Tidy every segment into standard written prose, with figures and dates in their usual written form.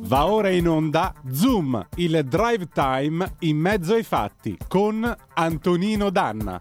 Va ora in onda Zoom, il drive time in mezzo ai fatti con Antonino Danna.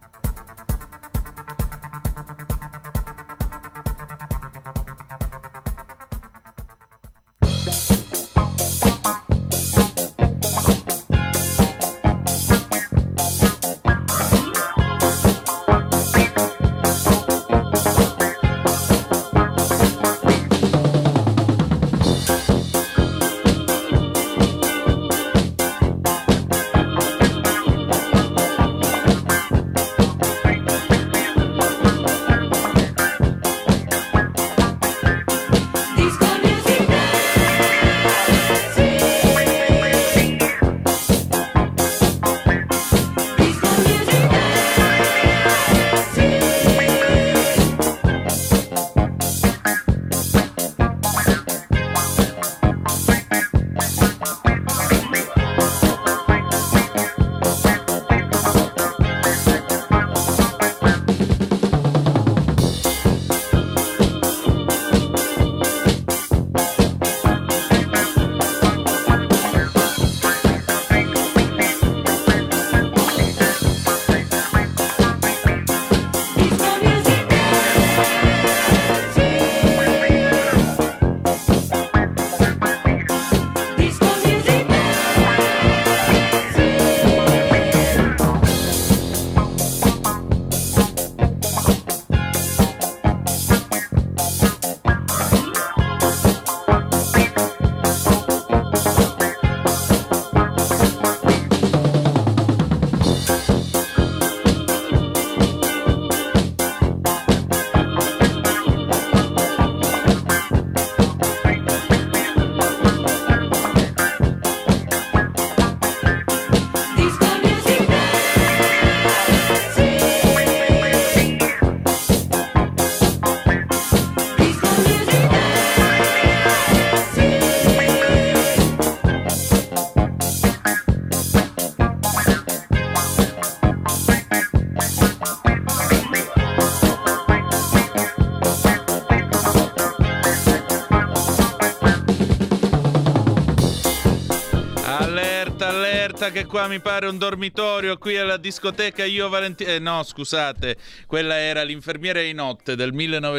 Che qua mi pare un dormitorio qui alla discoteca Io Valentino. No, scusate, quella era L'infermiere di notte del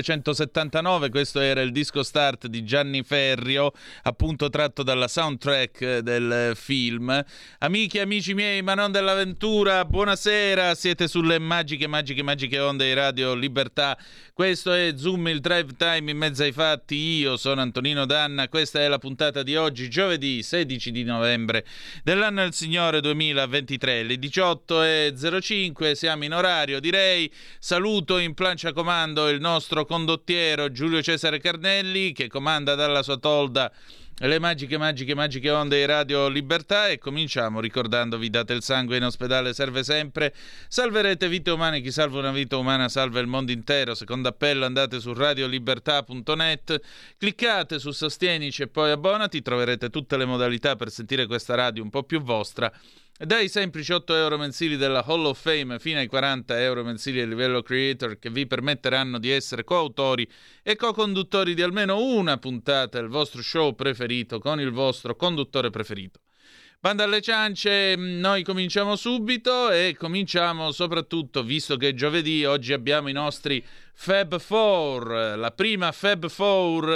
1979. Questo era il disco start di Gianni Ferrio, appunto tratto dalla soundtrack del film. Amiche e amici miei, ma non dell'avventura, buonasera, siete sulle magiche onde di Radio Libertà. Questo è Zoom, il drive time in mezzo ai fatti. Io sono Antonino Danna, questa è la puntata di oggi, giovedì 16 di novembre dell'anno del Signore 2023, le 18:05, siamo in orario, direi. Saluto in plancia comando il nostro condottiero Giulio Cesare Carnelli, che comanda dalla sua tolda le magiche onde di Radio Libertà, e cominciamo ricordandovi: date il sangue, in ospedale serve sempre, salverete vite umane, chi salva una vita umana salva il mondo intero. Secondo appello, andate su radiolibertà.net, cliccate su Sostienici e poi abbonati, troverete tutte le modalità per sentire questa radio un po' più vostra, dai semplici 8 euro mensili della Hall of Fame fino ai 40 euro mensili a livello creator, che vi permetteranno di essere coautori e co-conduttori di almeno una puntata del vostro show preferito con il vostro conduttore preferito. Banda alle ciance, noi cominciamo subito, e cominciamo soprattutto, visto che è giovedì, oggi abbiamo i nostri Fab Four. La prima Fab Four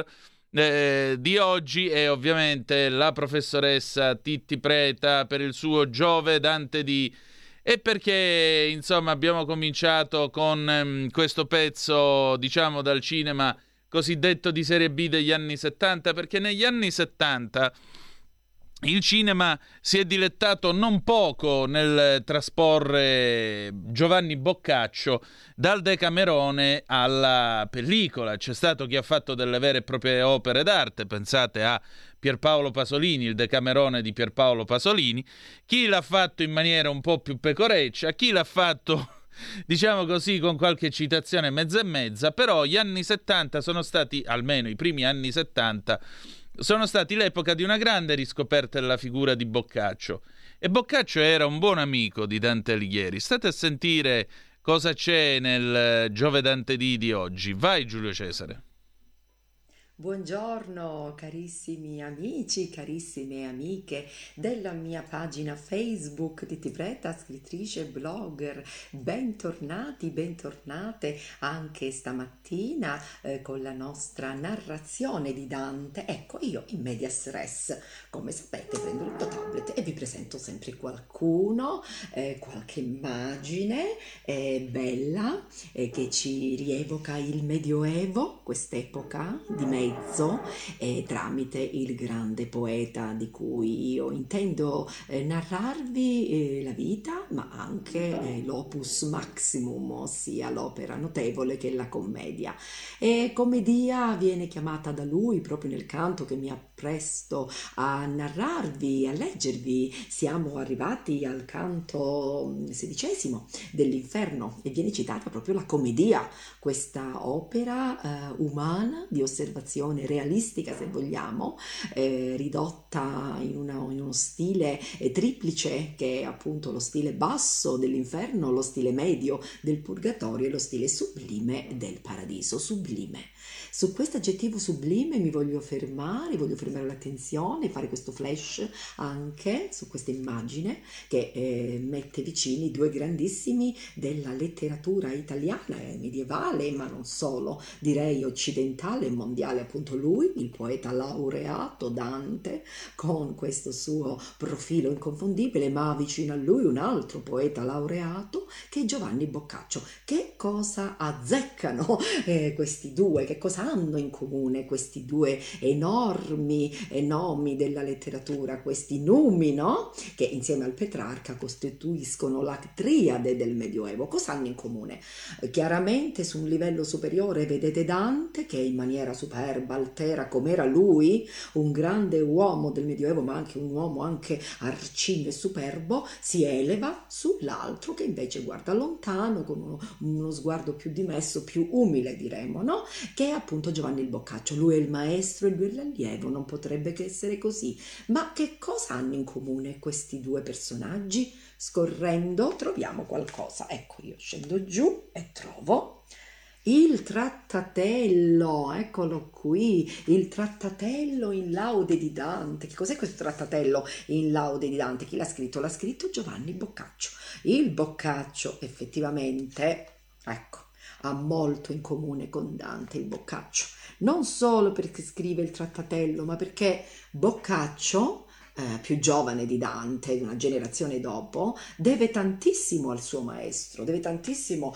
di oggi è ovviamente la professoressa Titti Preta per il suo Giove Dante Di, e perché insomma abbiamo cominciato con questo pezzo, diciamo, dal cinema cosiddetto di serie B degli anni 70, perché negli anni 70 il cinema si è dilettato non poco nel trasporre Giovanni Boccaccio dal Decamerone alla pellicola. C'è stato chi ha fatto delle vere e proprie opere d'arte, pensate a Pierpaolo Pasolini, il Decamerone di Pierpaolo Pasolini, chi l'ha fatto in maniera un po' più pecoreccia, chi l'ha fatto diciamo così con qualche citazione mezza e mezza, però gli anni 70 sono stati, almeno i primi anni 70, sono stati l'epoca di una grande riscoperta della figura di Boccaccio. E Boccaccio era un buon amico di Dante Alighieri. State a sentire cosa c'è nel Giove Dante di oggi. Vai Giulio Cesare. Buongiorno carissimi amici, carissime amiche della mia pagina Facebook di Tibretta, scrittrice e blogger. Bentornati, bentornate anche stamattina con la nostra narrazione di Dante. Ecco, io in medias res, come sapete, prendo il mio tablet e vi presento sempre qualcuno, qualche immagine bella che ci rievoca il Medioevo, quest'epoca di mezzo, tramite il grande poeta di cui io intendo narrarvi la vita, ma anche l'opus maximum, ossia l'opera notevole che è la commedia. E commedia viene chiamata da lui proprio nel canto che mi appresto a narrarvi, a leggervi. Siamo arrivati al canto XVI dell'Inferno e viene citata proprio la commedia, questa opera umana di osservazione realistica, se vogliamo, ridotta in uno stile triplice, che è appunto lo stile basso dell'inferno, lo stile medio del purgatorio e lo stile sublime del paradiso. Sublime. Su questo aggettivo sublime mi voglio fermare l'attenzione, fare questo flash anche su questa immagine che mette vicini due grandissimi della letteratura italiana medievale, ma non solo, direi occidentale e mondiale. Appunto lui, il poeta laureato Dante, con questo suo profilo inconfondibile, ma vicino a lui un altro poeta laureato che è Giovanni Boccaccio. Che cosa azzeccano questi due? Che cosa hanno in comune questi due enormi nomi della letteratura, questi numi, no? Che insieme al Petrarca costituiscono la triade del Medioevo. Cosa hanno in comune? Chiaramente su un livello superiore vedete Dante, che in maniera superba, altera, come era lui, un grande uomo del Medioevo, ma anche un uomo anche arcigno e superbo, si eleva sull'altro che invece guarda lontano con uno sguardo più dimesso, più umile, diremmo, no? Che è appunto Giovanni il Boccaccio. Lui è il maestro e lui è l'allievo, non potrebbe che essere così. Ma che cosa hanno in comune questi due personaggi? Scorrendo troviamo qualcosa. Ecco, io scendo giù e trovo il trattatello, eccolo qui, il trattatello in laude di Dante. Che cos'è questo trattatello in laude di Dante? Chi l'ha scritto? L'ha scritto Giovanni Boccaccio. Il Boccaccio effettivamente, ecco, ha molto in comune con Dante, il Boccaccio. Non solo perché scrive il trattatello, ma perché Boccaccio, più giovane di Dante, una generazione dopo, deve tantissimo al suo maestro, deve tantissimo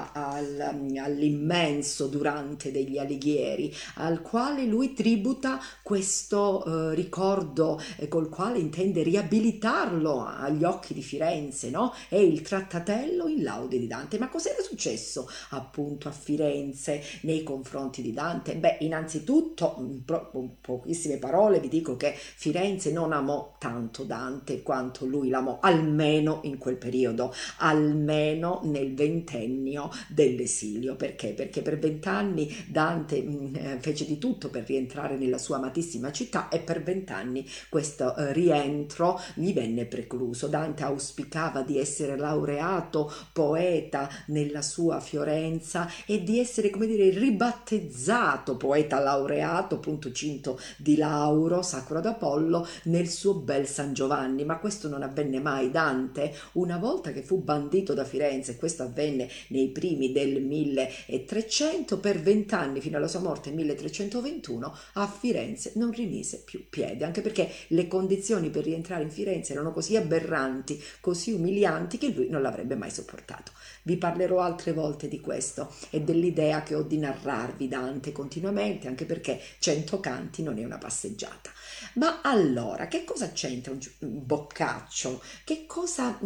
all'immenso Durante degli Alighieri, al quale lui tributa questo ricordo col quale intende riabilitarlo agli occhi di Firenze, no? È il trattatello in laude di Dante. Ma cos'era successo appunto a Firenze nei confronti di Dante? Beh, innanzitutto, in pochissime parole vi dico che Firenze non amò tanto Dante quanto lui l'amò, almeno in quel periodo, almeno nel ventennio dell'esilio. Perché? Perché per 20 anni Dante fece di tutto per rientrare nella sua amatissima città e per 20 anni questo rientro gli venne precluso. Dante auspicava di essere laureato poeta nella sua Fiorenza e di essere, come dire, ribattezzato poeta laureato, punto cinto di Lauro, sacro ad Apollo, nel suo bel San Giovanni. Ma questo non avvenne mai. Dante, una volta che fu bandito da Firenze, questo avvenne nei primi del 1300, per 20 anni fino alla sua morte nel 1321 a Firenze non rimise più piede, anche perché le condizioni per rientrare in Firenze erano così aberranti, così umilianti, che lui non l'avrebbe mai sopportato. Vi parlerò altre volte di questo e dell'idea che ho di narrarvi Dante continuamente, anche perché 100 canti non è una passeggiata. Ma allora, che cosa c'entra un Boccaccio? Che cosa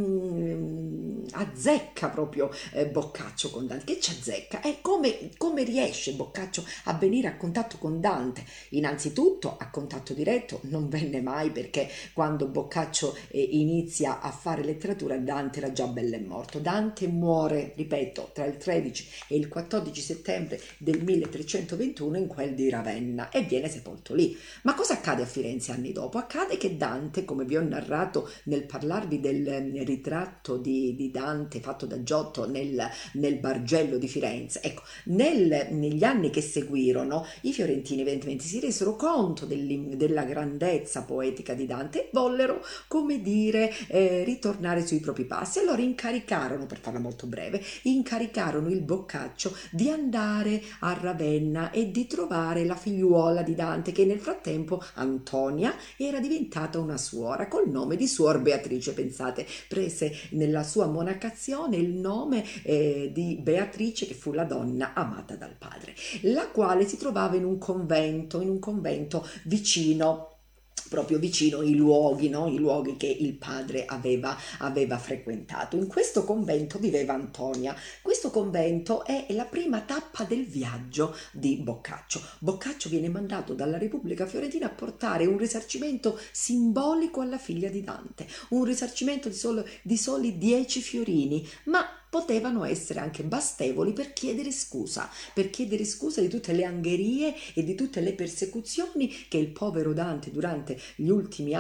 azzecca proprio Boccaccio con Dante? Che ci azzecca? E come riesce Boccaccio a venire a contatto con Dante? Innanzitutto a contatto diretto non venne mai, perché quando Boccaccio inizia a fare letteratura Dante era già bello e morto. Dante muore, ripeto, tra il 13 e il 14 settembre del 1321 in quel di Ravenna e viene sepolto lì. Ma cosa accade a Firenze anni dopo? Accade che che Dante, come vi ho narrato nel parlarvi del ritratto di Dante fatto da Giotto nel Bargello di Firenze, ecco, negli anni che seguirono i fiorentini evidentemente si resero conto della grandezza poetica di Dante e vollero, come dire, ritornare sui propri passi. Allora incaricarono, per farla molto breve, il Boccaccio di andare a Ravenna e di trovare la figliuola di Dante, che nel frattempo, Antonia, era diventata una suora col nome di Suor Beatrice. Pensate, prese nella sua monacazione il nome di Beatrice, che fu la donna amata dal padre, la quale si trovava in un convento vicino, proprio vicino ai luoghi, no? I luoghi che il padre aveva frequentato. In questo convento viveva Antonia. Questo convento è la prima tappa del viaggio di Boccaccio. Boccaccio viene mandato dalla Repubblica Fiorentina a portare un risarcimento simbolico alla figlia di Dante, un risarcimento di soli 10 fiorini, ma potevano essere anche bastevoli per chiedere scusa di tutte le angherie e di tutte le persecuzioni che il povero Dante durante gli ultimi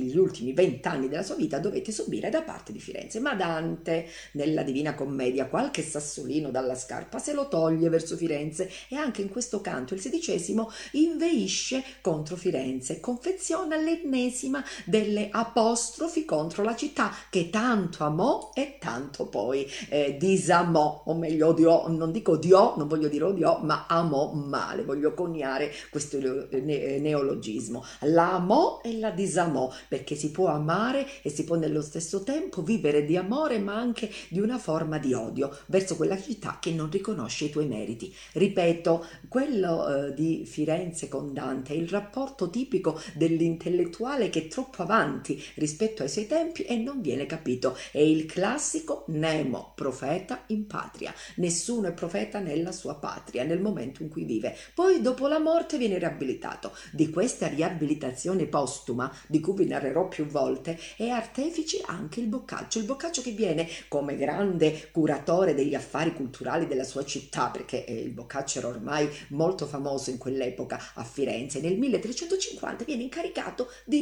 20 anni della sua vita dovette subire da parte di Firenze. Ma Dante, nella Divina Commedia, qualche sassolino dalla scarpa se lo toglie verso Firenze, e anche in questo canto, il 16°, inveisce contro Firenze, confeziona l'ennesima delle apostrofi contro la città che tanto amò e tanto poi disamò, o meglio odiò, non dico odiò, non voglio dire odiò, ma amò male, voglio coniare questo neologismo, la amò e la disamò, perché si può amare e si può nello stesso tempo vivere di amore, ma anche di una forma di odio verso quella città che non riconosce i tuoi meriti. Ripeto, quello di Firenze con Dante è il rapporto tipico dell'intellettuale che è troppo avanti rispetto ai suoi tempi e non viene capito. È il classico Nemo, profeta in patria. Nessuno è profeta nella sua patria nel momento in cui vive. Poi dopo la morte viene riabilitato. Di questa riabilitazione postuma, di cui vi narrerò più volte, è artefice anche il Boccaccio che viene come grande curatore degli affari culturali della sua città, perché il Boccaccio era ormai molto famoso in quell'epoca a Firenze. Nel 1350 viene incaricato di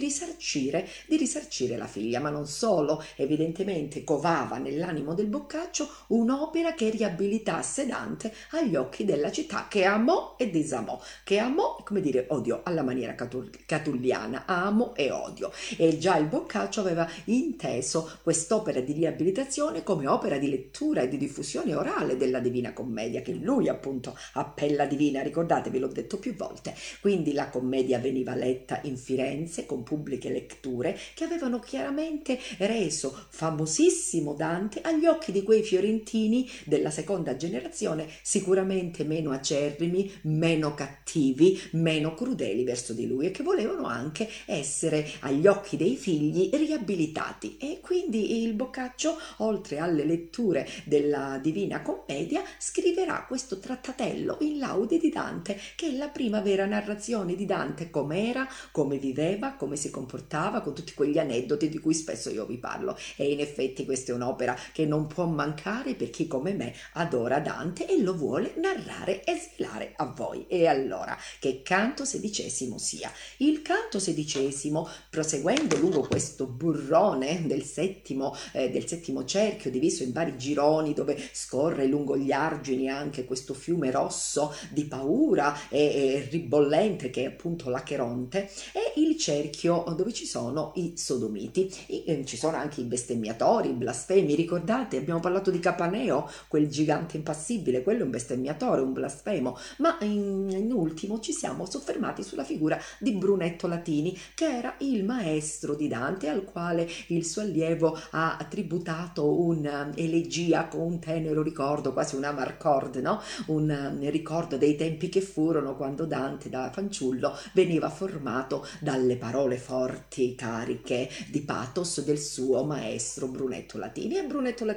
risarcire la figlia, ma non solo, evidentemente covava nell'animo del Boccaccio un'opera che riabilitasse Dante agli occhi della città che amò e disamò, che amò, come dire, odio alla maniera catulliana, amo e odio. E già il Boccaccio aveva inteso quest'opera di riabilitazione come opera di lettura e di diffusione orale della Divina Commedia, che lui appunto appella divina, ricordate, ve l'ho detto più volte. Quindi la commedia veniva letta in Firenze con pubbliche letture che avevano chiaramente reso famosissimo Dante agli occhi di quei fiorentini della seconda generazione, sicuramente meno acerrimi, meno cattivi, meno crudeli verso di lui, e che volevano anche essere agli occhi dei figli riabilitati. E quindi il Boccaccio, oltre alle letture della Divina Commedia, scriverà questo trattatello in laude di Dante, che è la prima vera narrazione di Dante, com'era, come viveva, come si comportava, con tutti quegli aneddoti di cui spesso io vi parlo. E in effetti questa è un'opera che non può mancare per chi come me adora Dante e lo vuole narrare e svelare a voi. E allora, che canto XVI sia? Il canto XVI, proseguendo lungo questo burrone del settimo cerchio, diviso in vari gironi, dove scorre lungo gli argini anche questo fiume rosso di paura e ribollente che è appunto l'Acheronte, e il cerchio dove ci sono i sodomiti, ci sono anche i bestemmiatori, i blasfemi. Ricordate, abbiamo parlato di Capaneo, quel gigante impassibile, quello è un bestemmiatore, un blasfemo, ma in ultimo ci siamo soffermati sulla figura di Brunetto Latini, che era il maestro di Dante, al quale il suo allievo ha tributato un'elegia con un tenero ricordo, quasi un amarcord, no? Un ricordo dei tempi che furono quando Dante da fanciullo veniva formato dalle parole forti, cariche di pathos del suo maestro Brunetto Latini. E Brunetto Latini, come tutti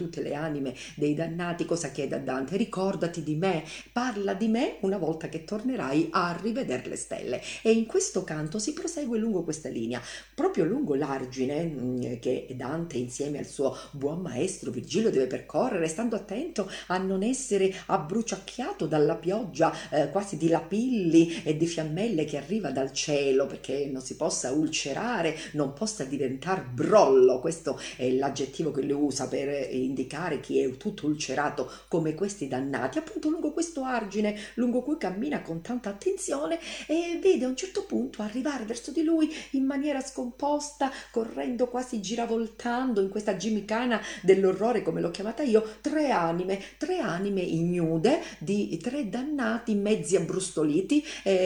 tutte le anime dei dannati, cosa chiede a Dante? Ricordati di me, parla di me una volta che tornerai a rivedere le stelle. E in questo canto si prosegue lungo questa linea, proprio lungo l'argine che Dante insieme al suo buon maestro Virgilio deve percorrere, stando attento a non essere abbruciacchiato dalla pioggia quasi di lapilli e di fiammelle che arriva dal cielo, perché non si possa ulcerare, non possa diventare brollo. Questo è l'aggettivo che lui usa per indicare chi è tutto ulcerato come questi dannati, appunto lungo questo argine lungo cui cammina con tanta attenzione e vede a un certo punto arrivare verso di lui in maniera scomposta, correndo quasi giravoltando in questa gimicana dell'orrore, come l'ho chiamata io, tre anime ignude di tre dannati mezzi abbrustoliti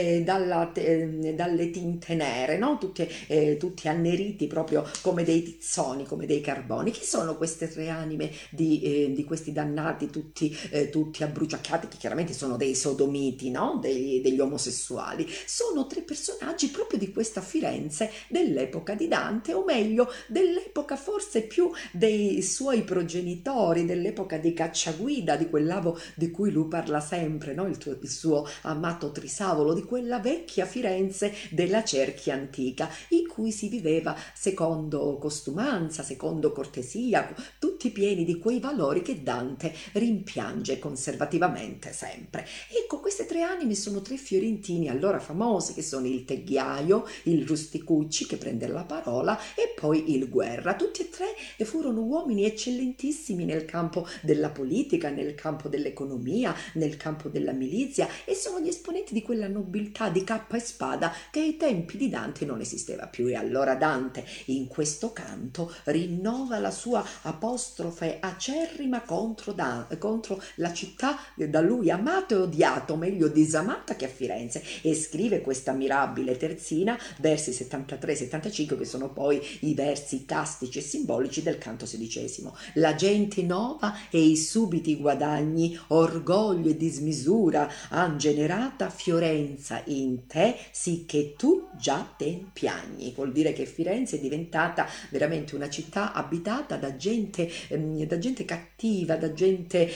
dalle tinte nere, no? Tutti anneriti proprio come dei tizzoni, come dei carboni. Chi sono queste tre anime di questi dannati tutti abbruciacchiati, che chiaramente sono dei sodomiti, no? Degli omosessuali? Sono tre personaggi proprio di questa Firenze dell'epoca di Dante, o meglio dell'epoca forse più dei suoi progenitori, dell'epoca di Cacciaguida, di quell'avo di cui lui parla sempre, no? Il suo amato Trisavolo, di quella vecchia Firenze della cerchia antica, in cui si viveva secondo costumanza, secondo cortesia, tutti pieni di quei valori che Dante rimpiange conservativamente sempre. Ecco, queste tre anime sono tre fiorentini allora famosi, che sono il Tegghiaio, il Rusticucci, che prende la parola, e poi il Guerra. Tutti e tre furono uomini eccellentissimi nel campo della politica, nel campo dell'economia, nel campo della milizia, e sono gli esponenti di quella nobiltà di cappa e spada che ai tempi di Dante non esisteva più. E allora Dante in questo canto rinnova la sua apostrofe acerrima contro la città da lui amato e odiato, meglio disamata che a Firenze, e scrive questa mirabile terzina, versi 73-75, che sono poi i versi castici e simbolici del canto XVI. La gente nova e i subiti guadagni, orgoglio e dismisura han generata Fiorenza in te, sì che tu già te piagni. Vuol dire che Firenze è diventata veramente una città abitata da gente cattiva, da gente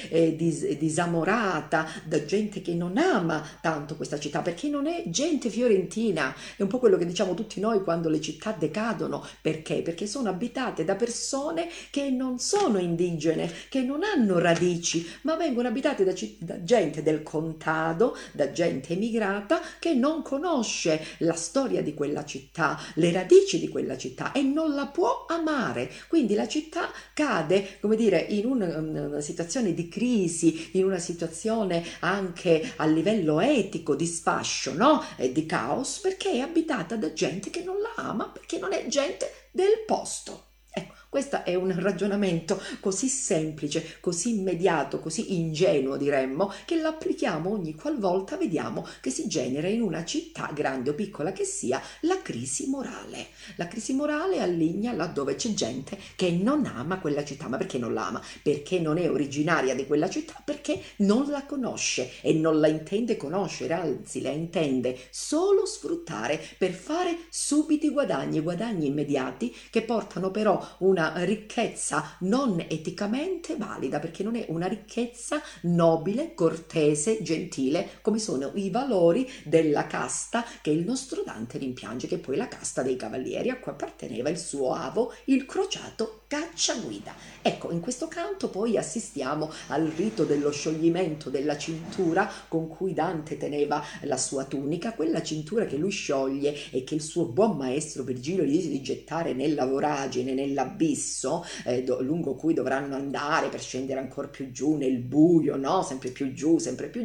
disamorata, da gente che non ama tanto questa città, perché non è gente fiorentina. È un po' quello che diciamo tutti noi quando le città decadono. Perché? Perché sono abitate da persone che non sono indigene, che non hanno radici, ma vengono abitate da gente del contado, da gente emigrata che non conosce la storia di quella città, le radici di quella città, e non la può amare. Quindi la città cade, come dire, in una situazione di crisi, in una situazione anche a livello etico di sfascio, no? E di caos, perché è abitata da gente che non la ama, perché non è gente del posto. Ecco, questo è un ragionamento così semplice, così immediato, così ingenuo, diremmo, che l'applichiamo ogni qualvolta vediamo che si genera in una città, grande o piccola che sia, la crisi morale. La crisi morale alligna laddove c'è gente che non ama quella città. Ma perché non la ama? Perché non è originaria di quella città, perché non la conosce e non la intende conoscere, anzi la intende solo sfruttare per fare subiti guadagni immediati, che portano però una ricchezza non eticamente valida, perché non è una ricchezza nobile, cortese, gentile, come sono i valori della casta che il nostro Dante rimpiange, che è poi la casta dei cavalieri a cui apparteneva il suo avo, il crociato Cacciaguida. Ecco, in questo canto poi assistiamo al rito dello scioglimento della cintura con cui Dante teneva la sua tunica, quella cintura che lui scioglie e che il suo buon maestro Virgilio gli dice di gettare nella voragine, nell'abisso lungo cui dovranno andare per scendere ancora più giù nel buio, no? Sempre più giù,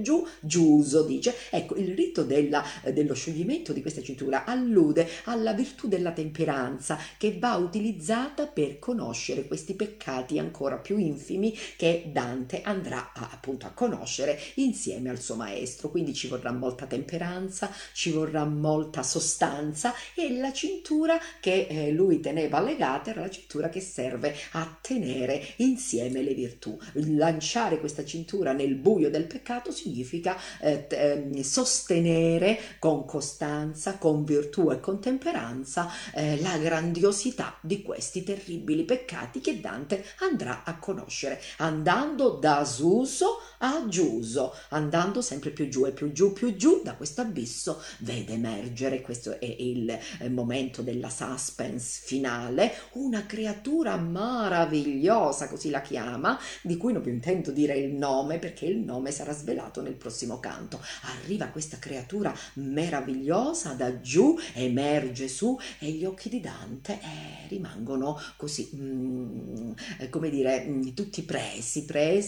Giuso dice. Ecco, il rito dello scioglimento di questa cintura allude alla virtù della temperanza, che va utilizzata per conoscere questi peccati ancora più infimi che Dante andrà appunto a conoscere insieme al suo maestro. Quindi ci vorrà molta temperanza, ci vorrà molta sostanza, e la cintura che lui teneva legata era la cintura che serve a tenere insieme le virtù. Lanciare questa cintura nel buio del peccato significa sostenere con costanza, con virtù e con temperanza la grandiosità di questi terribili peccati peccati che Dante andrà a conoscere, andando da Suso a Giuso, andando sempre più giù e più giù da questo abisso, vede emergere, questo è il momento della suspense finale, una creatura meravigliosa, così la chiama, di cui non vi intendo dire il nome perché il nome sarà svelato nel prossimo canto. Arriva questa creatura meravigliosa da giù, emerge su e gli occhi di Dante rimangono così, come dire, tutti presi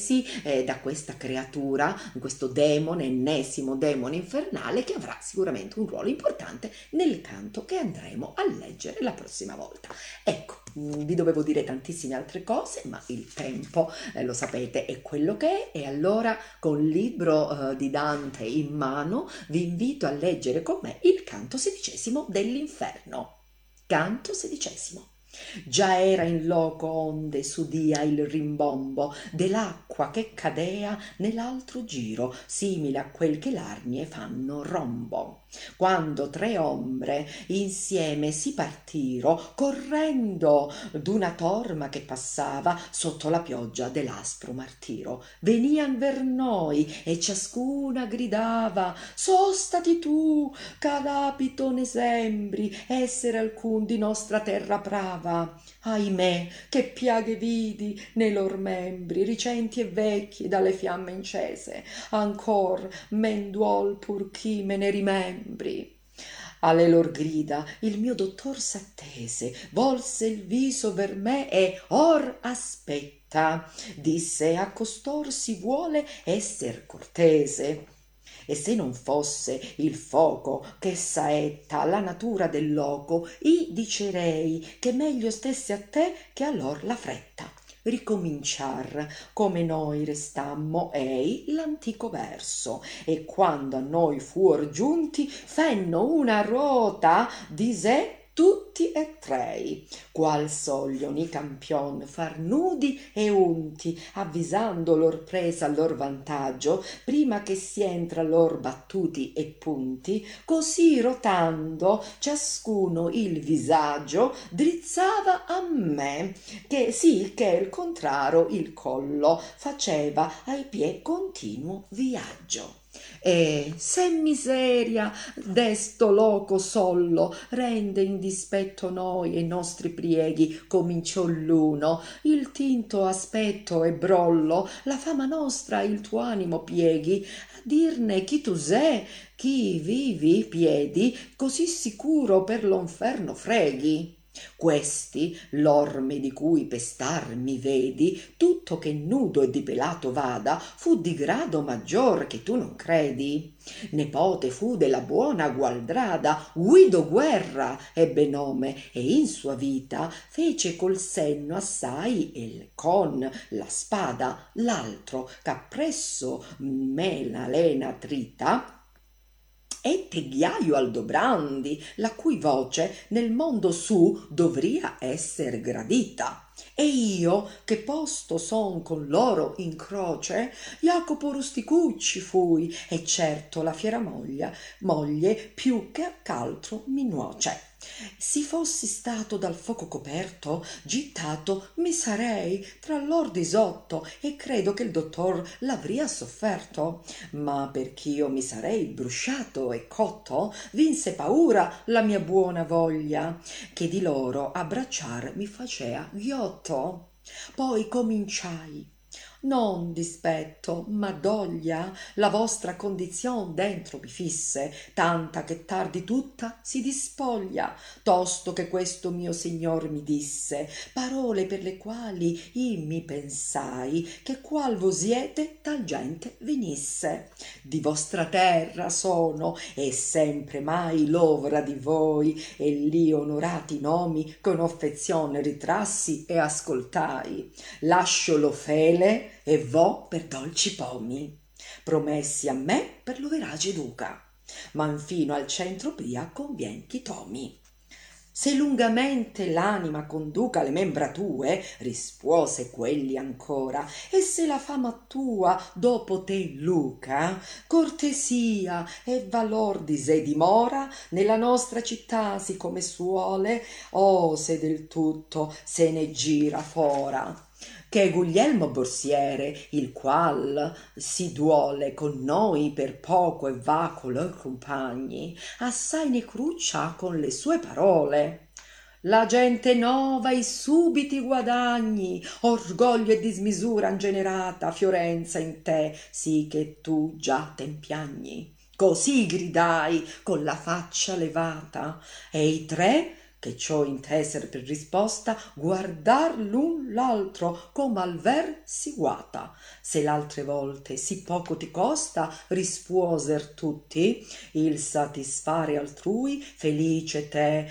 da questa creatura, questo demone, ennesimo demone infernale, che avrà sicuramente un ruolo importante nel canto che andremo a leggere la prossima volta. Ecco, vi dovevo dire tantissime altre cose, ma il tempo, lo sapete, è quello che è, e allora col libro di Dante in mano vi invito a leggere con me il canto 16° dell'Inferno. Canto 16. Già era in loco onde s'udia il rimbombo dell'acqua che cadea nell'altro giro, simile a quel che l'arnie fanno rombo. Quando 3 ombre insieme si partiro, correndo d'una torma che passava sotto la pioggia dell'aspro martiro. Venian ver noi e ciascuna gridava: «Sostati tu, c'adapito ne sembri essere alcun di nostra terra prava». Ahimè, che piaghe vidi nei lor membri, recenti e vecchi dalle fiamme incese, ancor men duol pur chi me ne rimembri. Alle lor grida il mio dottor s'attese, volse il viso ver me e or aspetta, disse: a costor si vuole esser cortese. E se non fosse il foco che saetta la natura del loco, i dicerei che meglio stesse a te che a lor la fretta. Ricominciar come noi restammo ei l'antico verso, e quando a noi fuor giunti fenno una ruota di sé tutti e 3, qual soglion i campion far nudi e unti, avvisando lor presa al lor vantaggio, prima che si entra lor battuti e punti, così rotando ciascuno il visaggio drizzava a me, che sì che il contrario il collo faceva ai piè continuo viaggio. E se miseria desto loco sollo rende in dispetto noi e i nostri prieghi, cominciò l'uno, il tinto aspetto e brollo la fama nostra il tuo animo pieghi, a dirne chi tu sei, chi vivi piedi così sicuro per lo inferno freghi. Questi l'orme di cui pestar mi vedi, tutto che nudo e dipelato vada, fu di grado maggior che tu non credi. Nepote fu della buona Gualdrada, Guido Guerra ebbe nome, e in sua vita fece col senno assai e con la spada l'altro c'appresso me la lena trita e Tegghiaio Aldobrandi, la cui voce nel mondo su dovria esser gradita. E io, che posto son con loro in croce, Jacopo Rusticucci fui, e certo la fiera moglie più che ch'altro mi nuoce. Si fossi stato dal fuoco coperto, gittato mi sarei tra lor di sotto, e credo che il dottor l'avria sofferto, ma perch'io mi sarei brusciato e cotto, vinse paura la mia buona voglia, che di loro abbracciar mi facea ghiotto. Poi cominciai: non dispetto, ma doglia, la vostra condizion dentro mi fisse, tanta che tardi tutta si dispoglia, tosto che questo mio signor mi disse parole per le quali io mi pensai che qual vosiete tal gente venisse. Di vostra terra sono e sempre mai l'ovra di voi, e li onorati nomi con affezione ritrassi e ascoltai. Lascio lo fele e vo per dolci pomi, promessi a me per lo verace duca, ma infino al centro pria convien chi tomi. se lungamente l'anima conduca le membra tue, rispuose quelli ancora, e se la fama tua dopo te luca, cortesia e valor di sé dimora nella nostra città sì come suole, o se del tutto se ne gira fora. Che Guglielmo Borsiere, il qual si duole con noi per poco e va con lor compagni, assai ne cruccia con le sue parole. La gente nova i subiti guadagni, orgoglio e dismisura ingenerata Fiorenza in te, sì che tu già te impiagni. Così gridai con la faccia levata, e i tre che ciò inteser per risposta, guardar l'un l'altro come al ver si guata. Se l'altre volte sì poco ti costa, rispuoser tutti, il satisfare altrui, felice te,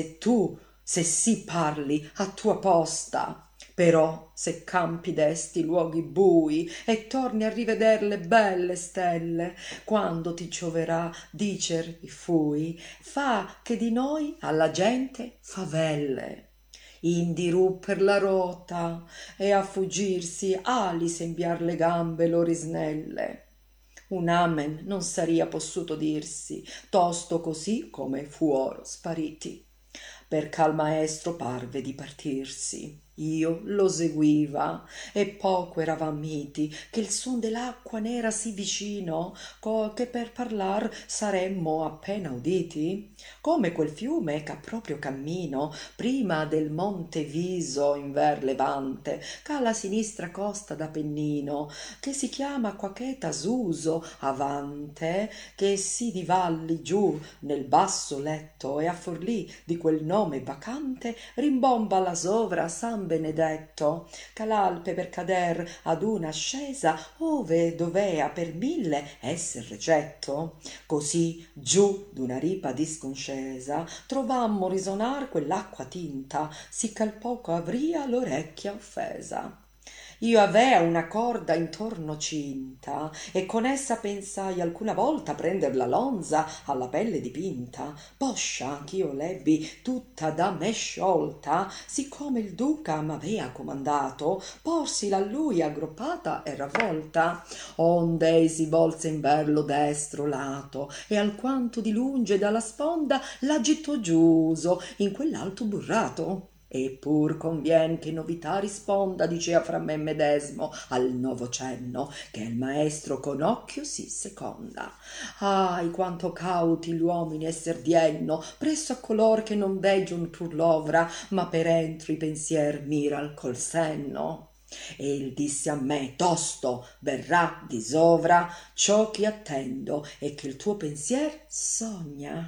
se sì parli a tua posta. Però se campi desti luoghi bui e torni a riveder le belle stelle, quando ti gioverà dicer i fui, fa che di noi alla gente favelle. Indi rupper la rota e a fuggirsi ali sembiar le gambe loro snelle. Un amen non saria possuto dirsi, tosto così come fuoro spariti, perché al maestro parve di partirsi. Io lo seguiva e poco eravam miti che il suon dell'acqua n'era sì vicino che per parlar saremmo appena uditi, come quel fiume ch'a proprio cammino prima del monte Viso in ver levante ch'ha la sinistra costa d'Apennino, che si chiama qua cheta Suso avante, che si di valli giù nel basso letto e a Forlì di quel nome vacante rimbomba la sovra San Benedetto, che l'Alpe per cader ad una ascesa ove dovea per 1000 esser recetto. Così giù d'una ripa disconscesa trovammo risonar quell'acqua tinta, sì che al poco avria l'orecchia offesa. Io avea una corda intorno cinta e con essa pensai alcuna volta prender la lonza alla pelle dipinta, poscia ch'io l'ebbi tutta da me sciolta, siccome il duca m'avea comandato porsila a lui aggruppata e ravvolta, onde ei si volse in ver lo destro lato e alquanto di lunge dalla sponda la gittò giuso in quell'alto burrato. E pur convien che novità risponda, dicea fra me medesmo al novo cenno, che il maestro con occhio si seconda. Ahi, quanto cauti l'uomini esser dienno presso a color che non veggion pur l'ovra, ma per entro i pensier miral col senno. E il disse a me tosto: verrà di sovra ciò che attendo e che il tuo pensier sogna.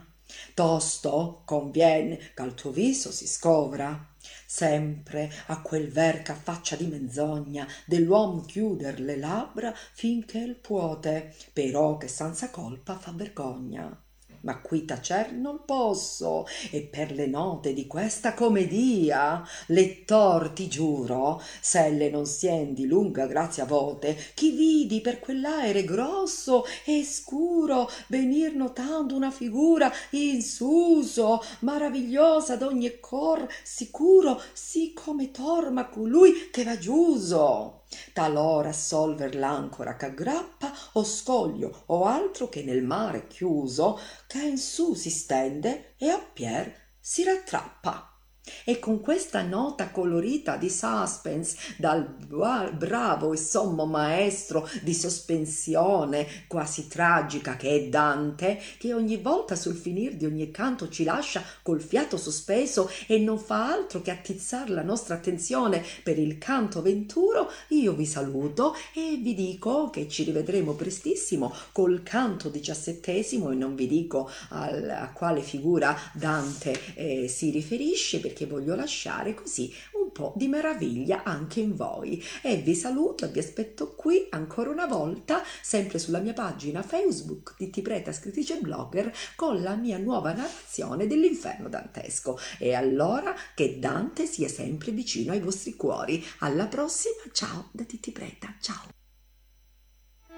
Tosto convien ch'al tuo viso si scovra. Sempre a quel ver ch'a faccia di menzogna dell'uom chiuder le labbra finché il puote, però che senza colpa fa vergogna. Ma qui tacer non posso, e per le note di questa comedia, lettor ti giuro, s'elle non sien di lunga grazia vote, chi vidi per quell'aere grosso e scuro venir notando una figura in suso, maravigliosa d'ogni cor sicuro, sì come torma colui che va giuso. Talora solver l'ancora ch'aggrappa o scoglio o altro che nel mare chiuso, che in su si stende e a pier si rattrappa. E con questa nota colorita di suspense dal bravo e sommo maestro di sospensione quasi tragica che è Dante, che ogni volta sul finir di ogni canto ci lascia col fiato sospeso e non fa altro che attizzar la nostra attenzione per il canto venturo, io vi saluto e vi dico che ci rivedremo prestissimo col canto 17° e non vi dico a quale figura Dante si riferisce, perché voglio lasciare così un po' di meraviglia anche in voi. E vi saluto e vi aspetto qui ancora una volta, sempre sulla mia pagina Facebook Titti Preta, scrittrice e blogger, con la mia nuova narrazione dell'inferno dantesco. E allora che Dante sia sempre vicino ai vostri cuori. Alla prossima, ciao da Titti Preta, ciao.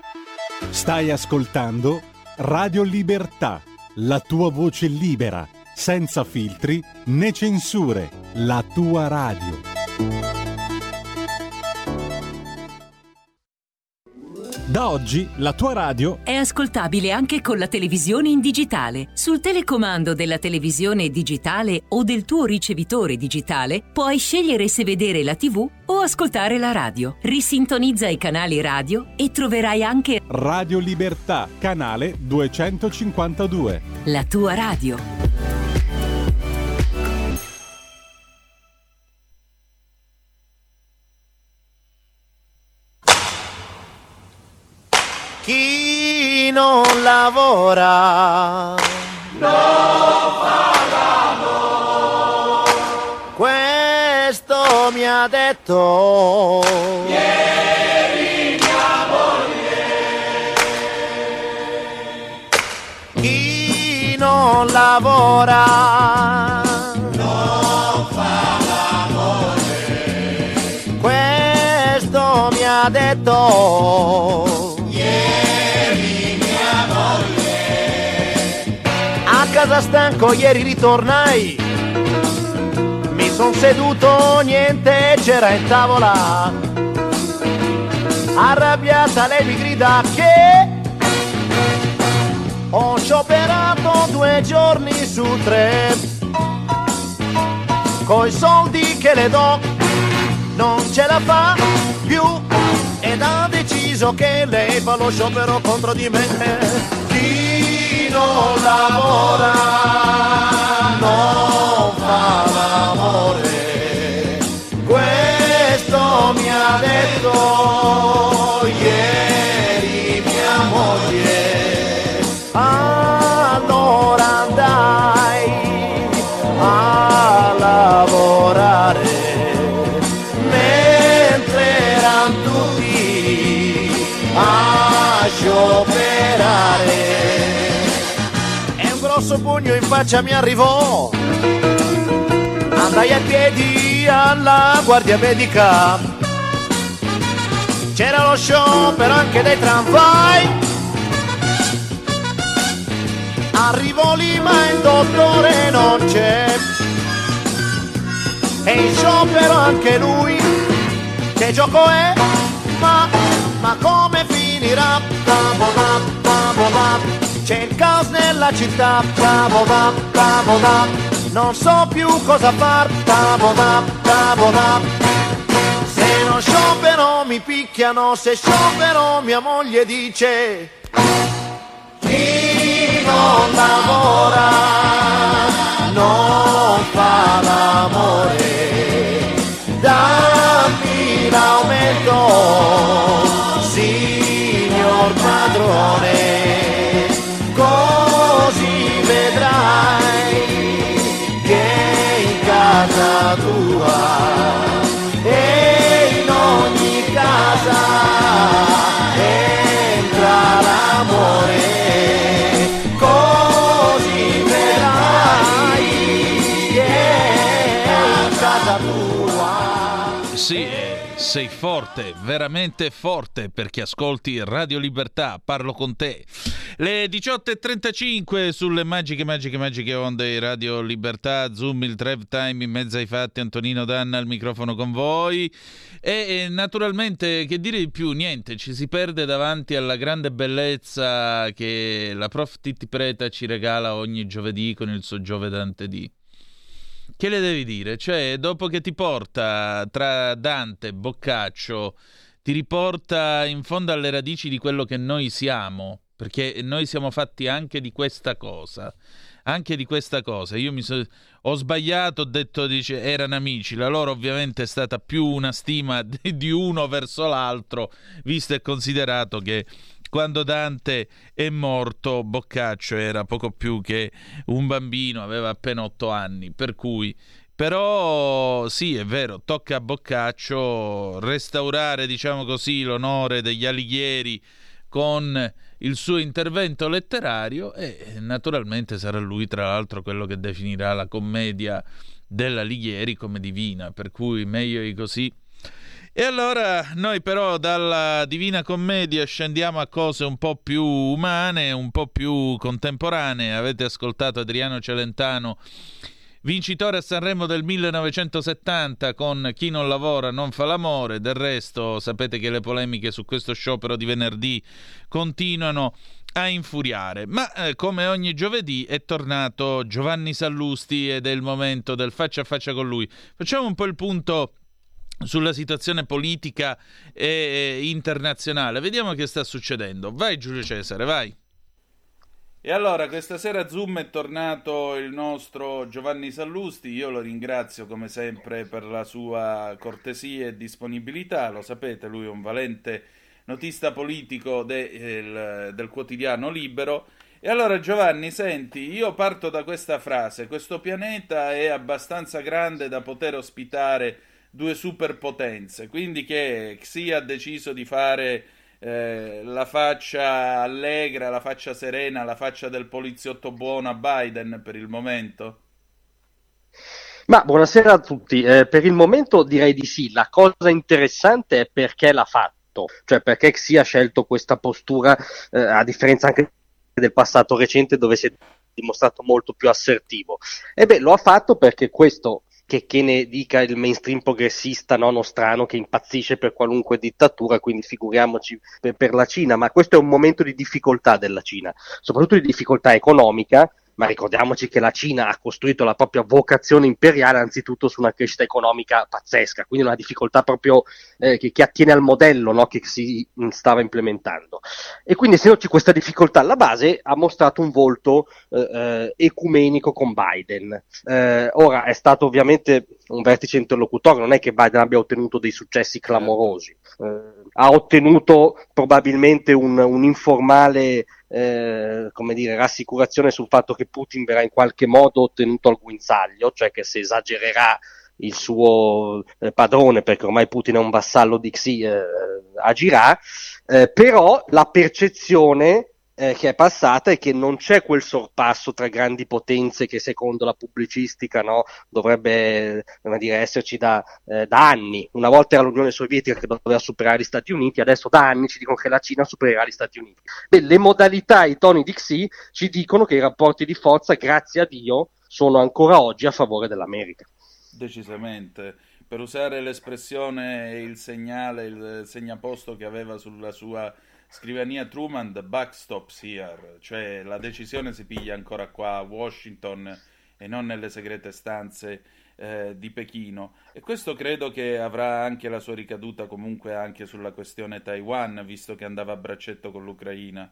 Stai ascoltando Radio Libertà, la tua voce libera, senza filtri né censure, la tua radio. Da oggi la tua radio è ascoltabile anche con la televisione in digitale. Sul telecomando della televisione digitale o del tuo ricevitore digitale puoi scegliere se vedere la TV o ascoltare la radio. Risintonizza i canali radio e troverai anche Radio Libertà, canale 252. La tua radio. Chi non lavora non fa lavoro. Questo mi ha detto ieri mia moglie. Chi non lavora non fa l'amore. Questo mi ha detto a casa stanco ieri ritornai, mi son seduto, niente c'era in tavola. Arrabbiata lei mi grida che ho scioperato 2 giorni su 3. Coi soldi che le do non ce la fa più ed ha deciso che lei fa lo sciopero contro di me. Chi non lavora non fa l'amore. Questo mi ha detto ieri mia moglie. Allora andai a lavorare mentre eran tutti a scioperare. Grosso pugno in faccia mi arrivò, andai a piedi alla guardia medica, c'era lo sciopero anche dei tramvai. Arrivo lì ma il dottore non c'è e in sciopero anche lui. Che gioco è? Ma come finirà? C'è il caos nella città, non so più cosa far, se non sciopero mi picchiano, se sciopero mia moglie dice chi non lavora non fa l'amore, dammi l'aumento, signor padrone. Così vedrai che in casa tua e in ogni casa entra l'amore. Così vedrai che in casa tua. Sì, sei forte, veramente forte, perché ascolti Radio Libertà, parlo con te. Le 18.35 sulle magiche onde di Radio Libertà, Zoom, il drive time in mezzo ai fatti, Antonino Danna al microfono con voi. E naturalmente, che dire di più? Niente, ci si perde davanti alla grande bellezza che la prof Titti Preta ci regala ogni giovedì con il suo Giove Dante D. Che le devi dire? Cioè, dopo che ti porta tra Dante e Boccaccio, ti riporta in fondo alle radici di quello che noi siamo, perché noi siamo fatti anche di questa cosa. Io ho sbagliato, ho detto, dice, erano amici. La loro ovviamente è stata più una stima di uno verso l'altro, visto e considerato che quando Dante è morto Boccaccio era poco più che un bambino, aveva appena 8 anni, per cui però sì, è vero, tocca a Boccaccio restaurare, diciamo così, l'onore degli Alighieri con il suo intervento letterario e naturalmente sarà lui tra l'altro quello che definirà la commedia dell'Alighieri come divina, per cui meglio di così. E allora noi però dalla Divina Commedia scendiamo a cose un po' più umane, un po' più contemporanee. Avete ascoltato Adriano Celentano, vincitore a Sanremo del 1970 con Chi non lavora non fa l'amore. Del resto sapete che le polemiche su questo sciopero di venerdì continuano a infuriare. Ma come ogni giovedì è tornato Giovanni Sallusti ed è il momento del faccia a faccia con lui. Facciamo un po' il punto sulla situazione politica e internazionale. Vediamo che sta succedendo. Vai Giulio Cesare, vai. E allora, questa sera Zoom è tornato il nostro Giovanni Sallusti. Io lo ringrazio come sempre per la sua cortesia e disponibilità. Lo sapete, lui è un valente notista politico del quotidiano Libero. E allora Giovanni, senti, io parto da questa frase: questo pianeta è abbastanza grande da poter ospitare due superpotenze, quindi che Xi ha deciso di fare la faccia allegra, la faccia serena, la faccia del poliziotto buono a Biden per il momento? Ma buonasera a tutti. Per il momento direi di sì. La cosa interessante è perché l'ha fatto, cioè perché Xi ha scelto questa postura, a differenza anche del passato recente dove si è dimostrato molto più assertivo. E beh, lo ha fatto perché questo, che ne dica il mainstream progressista, no, nostrano, che impazzisce per qualunque dittatura, quindi figuriamoci per la Cina, ma questo è un momento di difficoltà della Cina, soprattutto di difficoltà economica, ma ricordiamoci che la Cina ha costruito la propria vocazione imperiale anzitutto su una crescita economica pazzesca, quindi una difficoltà proprio che attiene al modello, no, che si stava implementando. E quindi, essendoci questa difficoltà alla base, ha mostrato un volto ecumenico con Biden. Ora è stato ovviamente un vertice interlocutorio, non è che Biden abbia ottenuto dei successi clamorosi, ha ottenuto probabilmente un informale come dire, rassicurazione sul fatto che Putin verrà in qualche modo tenuto al guinzaglio, cioè che se esagererà il suo padrone, perché ormai Putin è un vassallo di Xi, agirà, però la percezione che è passata è che non c'è quel sorpasso tra grandi potenze che secondo la pubblicistica, no, dovrebbe esserci da anni. Una volta era l'Unione Sovietica che doveva superare gli Stati Uniti, adesso da anni ci dicono che la Cina supererà gli Stati Uniti. Beh, le modalità, i toni di Xi ci dicono che i rapporti di forza, grazie a Dio, sono ancora oggi a favore dell'America. Decisamente. Per usare l'espressione, il segnale, il segnaposto che aveva sulla sua scrivania Truman, the buck stops here, cioè la decisione si piglia ancora qua a Washington e non nelle segrete stanze di Pechino. E questo credo che avrà anche la sua ricaduta comunque anche sulla questione Taiwan, visto che andava a braccetto con l'Ucraina.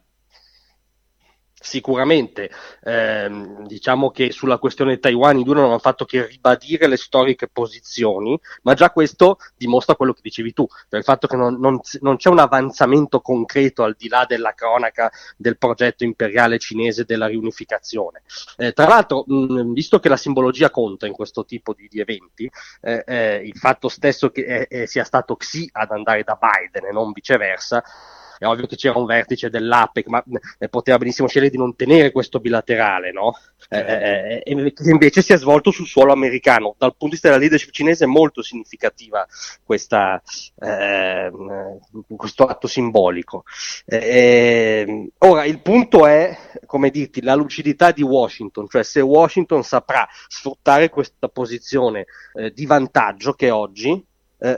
Sicuramente, diciamo che sulla questione Taiwan i due non hanno fatto che ribadire le storiche posizioni, ma già questo dimostra quello che dicevi tu, cioè il fatto che non c'è un avanzamento concreto al di là della cronaca del progetto imperiale cinese della riunificazione. Tra l'altro, visto che la simbologia conta in questo tipo di eventi, il fatto stesso che sia stato Xi ad andare da Biden e non viceversa, è ovvio che c'era un vertice dell'APEC, ma poteva benissimo scegliere di non tenere questo bilaterale, no? E invece si è svolto sul suolo americano. Dal punto di vista della leadership cinese è molto significativa questo atto simbolico. Ora, il punto è, come dirti, la lucidità di Washington, cioè se Washington saprà sfruttare questa posizione di vantaggio che oggi,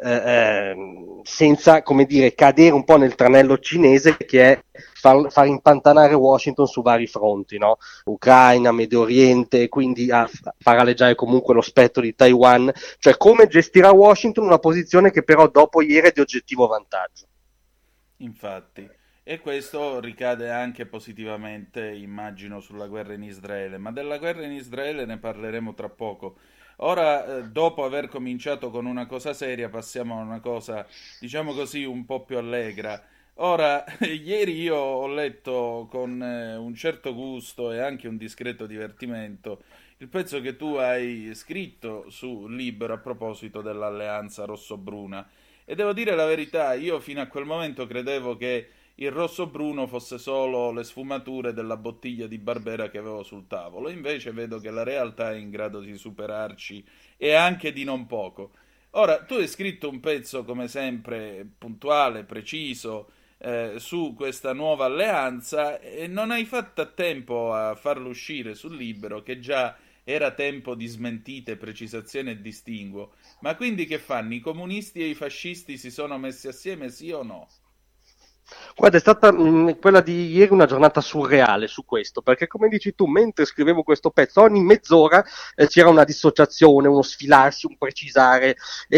senza, come dire, cadere un po' nel tranello cinese che è far impantanare Washington su vari fronti, no? Ucraina, Medio Oriente, quindi a far aleggiare comunque lo spettro di Taiwan, cioè come gestirà Washington una posizione che però dopo ieri è di oggettivo vantaggio. Infatti, e questo ricade anche positivamente, immagino, sulla guerra in Israele, ma della guerra in Israele ne parleremo tra poco. Ora, dopo aver cominciato con una cosa seria, passiamo a una cosa, diciamo così, un po' più allegra. Ora, ieri io ho letto con un certo gusto e anche un discreto divertimento il pezzo che tu hai scritto su Libero a proposito dell'alleanza rosso-bruna. E devo dire la verità, io fino a quel momento credevo che il rosso-bruno fosse solo le sfumature della bottiglia di Barbera che avevo sul tavolo. Invece vedo che la realtà è in grado di superarci e anche di non poco. Ora, tu hai scritto un pezzo, come sempre, puntuale, preciso, su questa nuova alleanza e non hai fatto a tempo a farlo uscire sul Libero, che già era tempo di smentite, precisazione e distinguo. Ma quindi che fanno? I comunisti e i fascisti si sono messi assieme, sì o no? Guarda, è stata quella di ieri una giornata surreale su questo, perché come dici tu, mentre scrivevo questo pezzo, ogni mezz'ora c'era una dissociazione, uno sfilarsi, un precisare,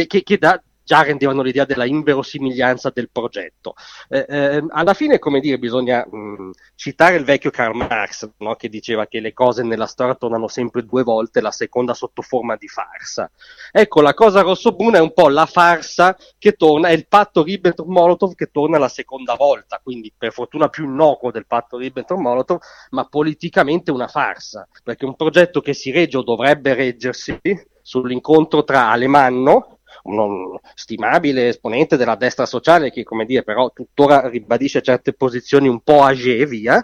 già rendevano l'idea della inverosimiglianza del progetto. Alla fine, come dire, bisogna citare il vecchio Karl Marx, no? Che diceva che le cose nella storia tornano sempre due volte, la seconda sotto forma di farsa. Ecco, la cosa rossobruna è un po' la farsa che torna, è il patto Ribbentrop-Molotov che torna la seconda volta, quindi per fortuna più innocuo del patto Ribbentrop-Molotov, ma politicamente una farsa, perché un progetto che si regge o dovrebbe reggersi sull'incontro tra Alemanno, un stimabile esponente della destra sociale che, come dire, però tuttora ribadisce certe posizioni un po' age via,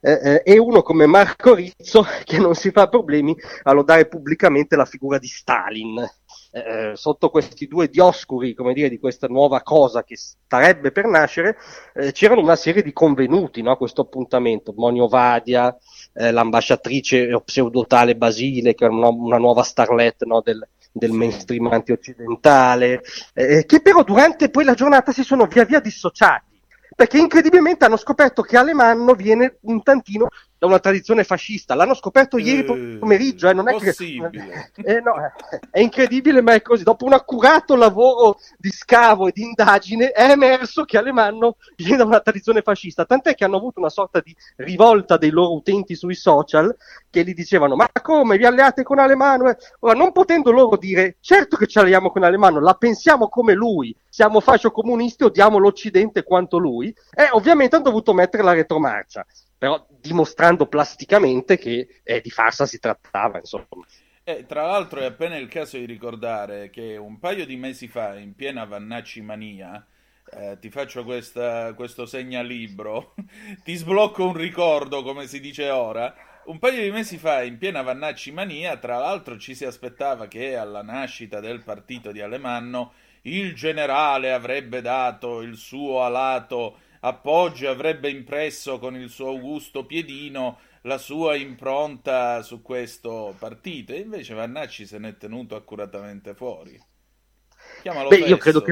e uno come Marco Rizzo che non si fa problemi a lodare pubblicamente la figura di Stalin. Sotto questi due dioscuri, come dire, di questa nuova cosa che starebbe per nascere, c'erano una serie di convenuti, no, a questo appuntamento. Monio Vadia, l'ambasciatrice pseudotale Basile, che era una nuova starlet, no, del mainstream anti-occidentale, che però durante poi la giornata si sono via via dissociati, perché incredibilmente hanno scoperto che Alemanno viene un tantino da una tradizione fascista. L'hanno scoperto ieri pomeriggio, non è possibile. No, è incredibile, ma è così. Dopo un accurato lavoro di scavo e di indagine è emerso che Alemanno viene da una tradizione fascista, tant'è che hanno avuto una sorta di rivolta dei loro utenti sui social che gli dicevano: ma come vi alleate con Alemanno? Ora, non potendo loro dire certo che ci alleiamo con Alemanno, la pensiamo come lui, siamo fascio-comunisti, odiamo l'Occidente quanto lui, ovviamente hanno dovuto mettere la retromarcia, però dimostrando plasticamente che di farsa si trattava, insomma. Tra l'altro è appena il caso di ricordare che un paio di mesi fa, in piena Vannacci mania, ti faccio questo segnalibro, ti sblocco un ricordo, come si dice ora. Un paio di mesi fa, in piena Vannacci mania, tra l'altro ci si aspettava che alla nascita del partito di Alemanno il generale avrebbe dato il suo alato appoggio, avrebbe impresso con il suo augusto piedino la sua impronta su questo partito, e invece Vannacci se n'è tenuto accuratamente fuori. Chiamalo Beh, io fesso.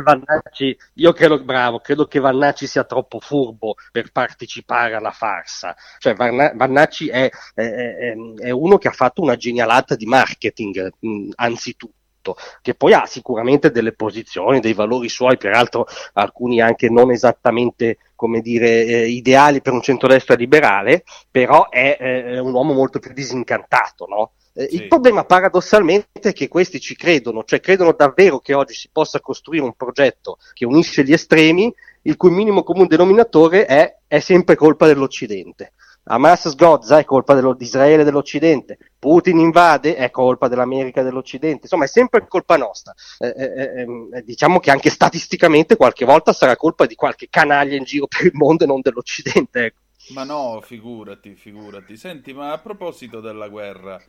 credo che Vannacci sia troppo furbo per partecipare alla farsa. Cioè, Vannacci è uno che ha fatto una genialata di marketing, anzitutto, che poi ha sicuramente delle posizioni, dei valori suoi, peraltro alcuni anche non esattamente, come dire, ideali per un centrodestra liberale, però è un uomo molto più disincantato, no? Sì. Il problema paradossalmente è che questi ci credono, cioè credono davvero che oggi si possa costruire un progetto che unisce gli estremi, il cui minimo comune denominatore è sempre colpa dell'Occidente. Hamas sgozza, è colpa di Israele e dell'Occidente. Putin invade, è colpa dell'America e dell'Occidente. Insomma, è sempre colpa nostra. Diciamo che anche statisticamente qualche volta sarà colpa di qualche canaglia in giro per il mondo e non dell'Occidente. Ecco. Ma no, figurati. Senti, ma a proposito della guerra,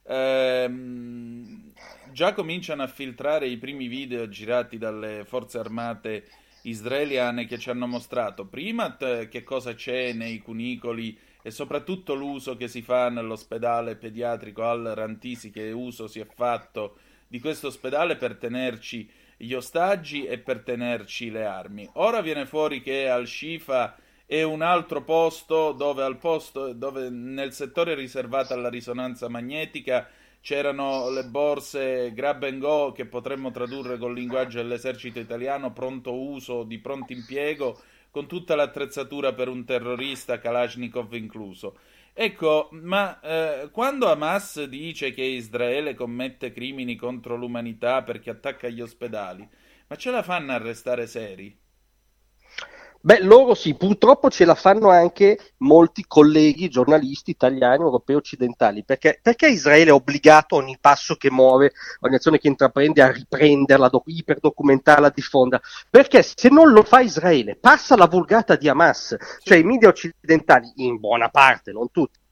già cominciano a filtrare i primi video girati dalle forze armate israeliane che ci hanno mostrato prima che cosa c'è nei cunicoli e soprattutto l'uso che si fa nell'ospedale pediatrico al-Rantisi, che uso si è fatto di questo ospedale per tenerci gli ostaggi e per tenerci le armi. Ora viene fuori che al-Shifa è un altro posto dove nel settore riservato alla risonanza magnetica c'erano le borse grab and go, che potremmo tradurre col linguaggio dell'esercito italiano, pronto uso, di pronto impiego, con tutta l'attrezzatura per un terrorista, Kalashnikov incluso. Ecco, ma quando Hamas dice che Israele commette crimini contro l'umanità perché attacca gli ospedali, ma ce la fanno a restare seri? Beh, loro sì, purtroppo ce la fanno anche molti colleghi giornalisti italiani, europei, occidentali, perché Israele è obbligato a ogni passo che muove, ogni azione che intraprende a riprenderla, iperdocumentarla, diffonderla, perché se non lo fa Israele passa la vulgata di Hamas, cioè i media occidentali, in buona parte, non tutti,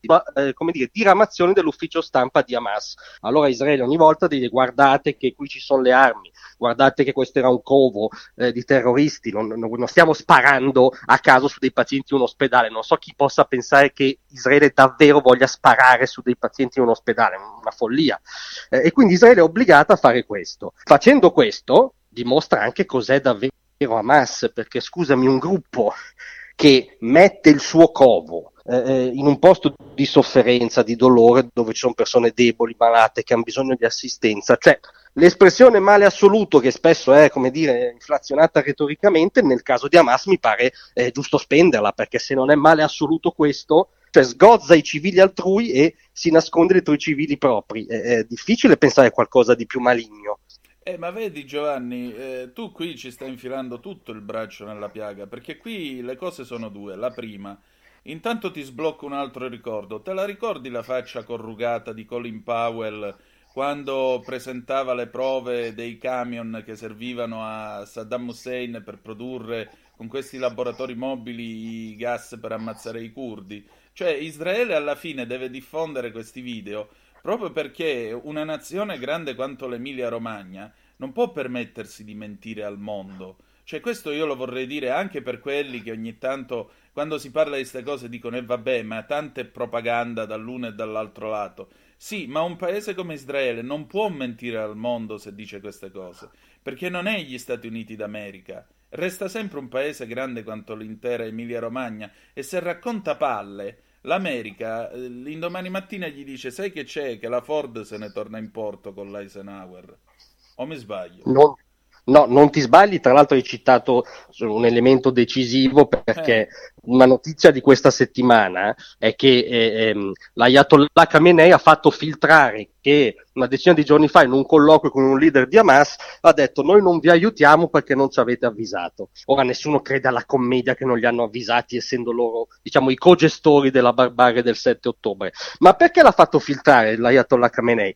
come dire, diramazione dell'ufficio stampa di Hamas. Allora Israele ogni volta dice: guardate che qui ci sono le armi, guardate che questo era un covo di terroristi, non stiamo sparando a caso su dei pazienti in un ospedale. Non so chi possa pensare che Israele davvero voglia sparare su dei pazienti in un ospedale, una follia. E quindi Israele è obbligata a fare questo. Facendo questo dimostra anche cos'è davvero Hamas, perché scusami, un gruppo che mette il suo covo in un posto di sofferenza, di dolore, dove ci sono persone deboli, malate, che hanno bisogno di assistenza, cioè l'espressione male assoluto, che spesso è, come dire, inflazionata retoricamente, nel caso di Hamas mi pare giusto spenderla, perché se non è male assoluto questo, cioè sgozza i civili altrui e si nasconde dietro i civili propri, è difficile pensare a qualcosa di più maligno. Ma vedi Giovanni, tu qui ci stai infilando tutto il braccio nella piaga, perché qui le cose sono due. La prima, intanto ti sblocco un altro ricordo. Te la ricordi la faccia corrugata di Colin Powell quando presentava le prove dei camion che servivano a Saddam Hussein per produrre con questi laboratori mobili i gas per ammazzare i curdi? Cioè Israele alla fine deve diffondere questi video proprio perché una nazione grande quanto l'Emilia-Romagna non può permettersi di mentire al mondo. Cioè questo io lo vorrei dire anche per quelli che ogni tanto, quando si parla di queste cose, dicono vabbè, ma tanta è propaganda dall'uno e dall'altro lato. Sì, ma un paese come Israele non può mentire al mondo se dice queste cose, perché non è gli Stati Uniti d'America. Resta sempre un paese grande quanto l'intera Emilia-Romagna e se racconta palle, l'America l'indomani mattina gli dice: sai che c'è? Che la Ford se ne torna in porto con l'Eisenhower. O mi sbaglio? No, non ti sbagli, tra l'altro hai citato un elemento decisivo, perché una notizia di questa settimana è che l'Ayatollah Khamenei ha fatto filtrare che una decina di giorni fa in un colloquio con un leader di Hamas ha detto: noi non vi aiutiamo perché non ci avete avvisato. Ora nessuno crede alla commedia che non li hanno avvisati, essendo loro, diciamo, i cogestori della barbarie del 7 ottobre. Ma perché l'ha fatto filtrare l'Ayatollah Khamenei?